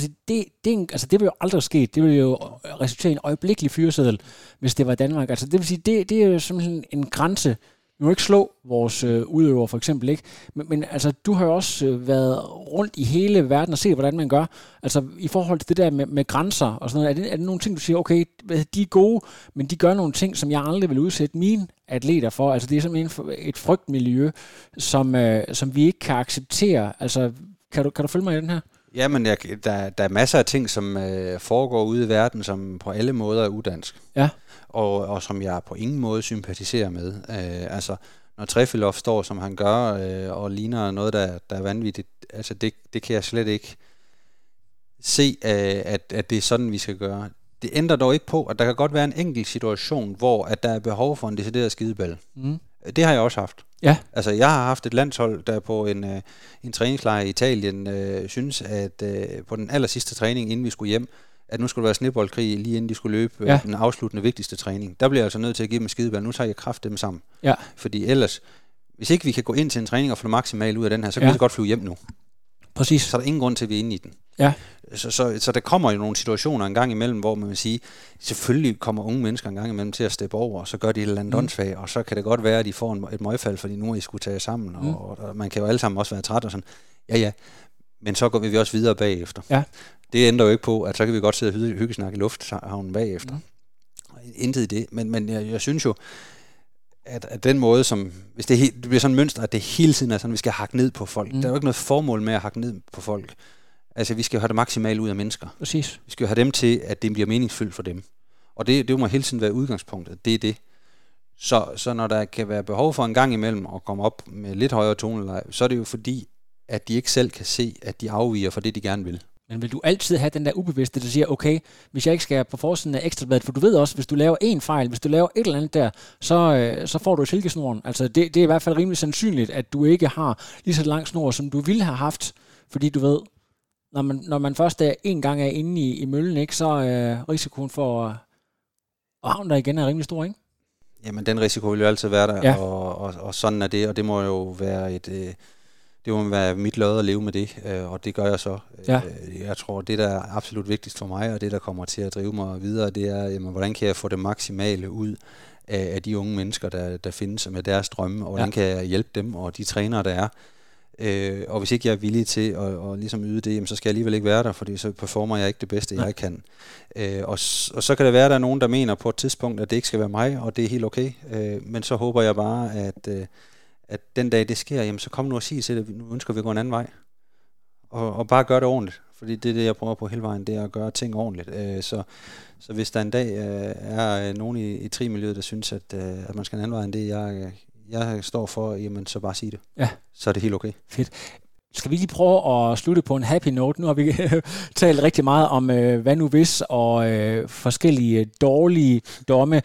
Det vil jo aldrig ske. Det vil jo resultere i en øjeblikkelig fyreseddel, hvis det var Danmark. Altså, det vil sige, det er jo simpelthen en grænse. Vi må ikke slå vores udøvere, for eksempel, ikke? Men altså, du har jo også været rundt i hele verden og set, hvordan man gør. Altså, i forhold til det der med grænser og sådan noget, er det nogle ting, du siger, okay, de er gode, men de gør nogle ting, som jeg aldrig vil udsætte mine atleter for. Altså, det er simpelthen et frygtmiljø, som vi ikke kan acceptere. Altså, kan du følge mig i den her? Ja, men der er masser af ting, som foregår ude i verden, som på alle måder er udansk. Ja. Og som jeg på ingen måde sympatiserer med. Altså, når Trefilov står, som han gør, og ligner noget, der er vanvittigt, altså det kan jeg slet ikke se, at det er sådan, vi skal gøre. Det ændrer dog ikke på, at der kan godt være en enkelt situation, hvor at der er behov for en decideret skideball. Mm. Det har jeg også haft. Ja. Altså, jeg har haft et landshold, der på en træningslejr i Italien synes, at på den aller sidste træning, inden vi skulle hjem, at nu skulle der være sneboldkrig, lige inden de skulle løbe den afsluttende vigtigste træning. Der bliver jeg altså nødt til at give dem skideball. Nu tager jeg kraft dem sammen. Ja. Fordi ellers, hvis ikke vi kan gå ind til en træning og få det maksimalt ud af den her, så kan vi så godt flyve hjem nu. Præcis. Så er der ingen grund til, at vi er inde i den. Ja. Så der kommer jo nogle situationer en gang imellem, hvor man vil sige, selvfølgelig kommer unge mennesker en gang imellem til at steppe over, og så gør de et eller andet åndssvagt, og så kan det godt være, at de får et møgfald, fordi nu er I skulle tage sammen, og man kan jo alle sammen også være træt og sådan. Ja, men så går vi også videre bagefter. Ja. Det ændrer jo ikke på, at så kan vi godt sidde og hyggesnakke i lufthavnen bagefter. Intet i det, men jeg synes jo, at den måde, som hvis det bliver sådan et mønster, at det hele tiden er sådan, vi skal hakke ned på folk. Der er jo ikke noget formål med at hakke ned på folk. Altså, vi skal jo have det maksimalt ud af mennesker. Præcis. Vi skal jo have dem til, at det bliver meningsfyldt for dem. Og det må hele tiden være udgangspunktet. Det er det. Så når der kan være behov for en gang imellem at komme op med lidt højere toneleje, så er det jo fordi, at de ikke selv kan se, at de afviger fra det, de gerne vil. Men vil du altid have den der ubevidste, der siger, okay, hvis jeg ikke skal på forsiden af Ekstrabladet, for du ved også, hvis du laver en fejl, hvis du laver et eller andet der, så får du silkesnoren. Altså det er i hvert fald rimelig sandsynligt, at du ikke har lige så lang snor, som du ville have haft, fordi du ved, når man først en gang er inde i møllen, ikke, så er risikoen for at havne der igen er rimelig stor, ikke? Jamen, den risiko vil jo altid være der, ja. og sådan er det, og det må jo være det må være mit lod at leve med det, og det gør jeg så. Ja. Jeg tror, det der er absolut vigtigst for mig, og det der kommer til at drive mig videre, det er, jamen, hvordan kan jeg få det maksimale ud af de unge mennesker, der findes med deres drømme, og hvordan kan jeg hjælpe dem, og de trænere, der er. Og hvis ikke jeg er villig til at ligesom yde det, jamen, så skal jeg alligevel ikke være der, fordi så performer jeg ikke det bedste, jeg kan. Og så kan det være, at der er nogen, der mener på et tidspunkt, at det ikke skal være mig, og det er helt okay. Men så håber jeg bare, at den dag det sker, jamen, så kom nu og sig til det, nu ønsker vi at gå en anden vej. Og bare gøre det ordentligt, fordi det er det, jeg prøver på hele vejen, det er at gøre ting ordentligt. Så hvis der en dag er nogen i tri-miljøet, der synes, at man skal en anden vej end det, jeg står for, jamen så bare sig det. Ja. Så er det helt okay. Fedt. Skal vi lige prøve at slutte på en happy note? Nu har vi talt rigtig meget om hvad nu hvis, og forskellige dårlige domme.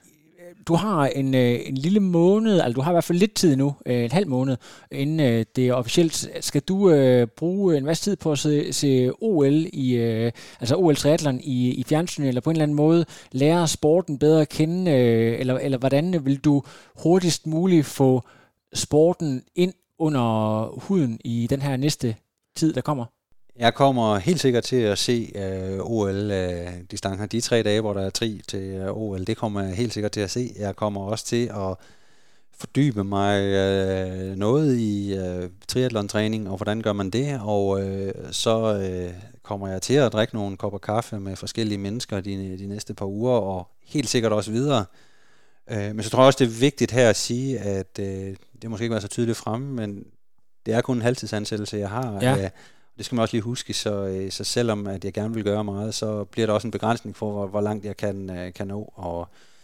Du har en lille måned, eller du har i hvert fald lidt tid nu, en halv måned, inden det er officielt. Skal du bruge en masse tid på at se OL, altså OL triathlon i fjernsyn, eller på en eller anden måde lære sporten bedre at kende, eller hvordan vil du hurtigst muligt få sporten ind under huden i den her næste tid, der kommer? Jeg kommer helt sikkert til at se OL-distancer. De 3 dage, hvor der er tri til OL, det kommer jeg helt sikkert til at se. Jeg kommer også til at fordybe mig noget i triathlon-træning, og hvordan gør man det. Og så kommer jeg til at drikke nogle kopper kaffe med forskellige mennesker de næste par uger, og helt sikkert også videre. Men så tror jeg også, det er vigtigt her at sige, at det måske ikke var så tydeligt fremme, men det er kun en halvtidsansættelse, jeg har. Ja. Det skal man også lige huske, så selvom at jeg gerne vil gøre meget, så bliver der også en begrænsning for, hvor langt jeg kan nå.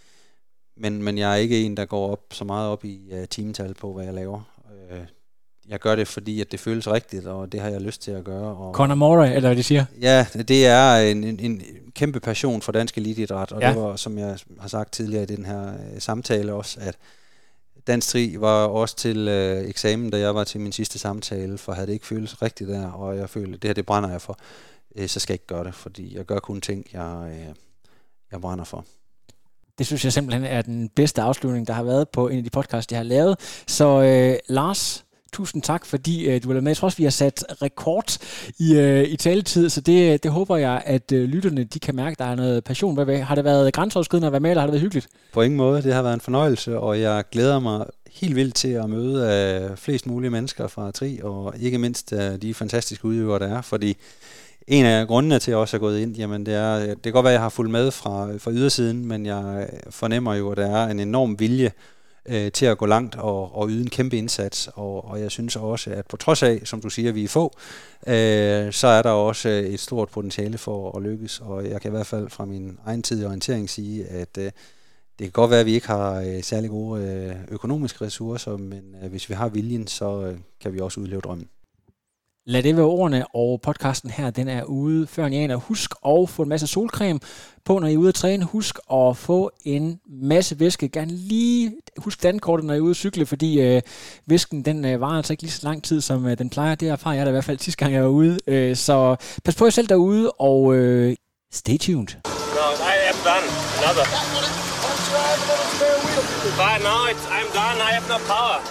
Men jeg er ikke en, der går så meget op i timetal på, hvad jeg laver. Jeg gør det, fordi at det føles rigtigt, og det har jeg lyst til at gøre. Conor Murray, eller hvad de siger? Ja, det er en kæmpe passion for dansk eliteidræt, og det var, som jeg har sagt tidligere i den her samtale også, at Dansk Tri var også til eksamen, da jeg var til min sidste samtale, for havde det ikke føltes rigtigt der, og jeg følte, det her det brænder jeg for, så skal jeg ikke gøre det, fordi jeg gør kun ting, jeg brænder for. Det synes jeg simpelthen er den bedste afslutning, der har været på en af de podcasts, jeg har lavet. Så Lars, tusind tak, fordi du var med. Jeg tror også, vi har sat rekord i taletid, så det håber jeg, at lytterne de kan mærke, der er noget passion ved. Har det været grænseoverskridende at være med, eller har det været hyggeligt? På ingen måde. Det har været en fornøjelse, og jeg glæder mig helt vildt til at møde flest mulige mennesker fra Tri, og ikke mindst de fantastiske udøvere, der er, fordi en af grundene til at også er gået ind, jamen det kan godt være, at jeg har fulgt med fra ydersiden, men jeg fornemmer jo, at der er en enorm vilje til at gå langt og yde en kæmpe indsats, og jeg synes også, at på trods af, som du siger, vi er få, så er der også et stort potentiale for at lykkes, og jeg kan i hvert fald fra min egen tid i orientering sige, at det kan godt være, at vi ikke har særlig gode økonomiske ressourcer, men hvis vi har viljen, så kan vi også udleve drømmen. Lad det være ordene, og podcasten her, den er ude før en Husk at få en masse solcreme på, når I er ude at træne. Husk at få en masse væske. Gerne lige husk dankortet, når I er ude at cykle, fordi væsken, den varer altså ikke lige så lang tid, som den plejer. Det erfarer jeg da i hvert fald sidste gang, jeg var ude. Så pas på jer selv derude, og stay tuned. No, I am done. Another. But now I'm done. I have no power.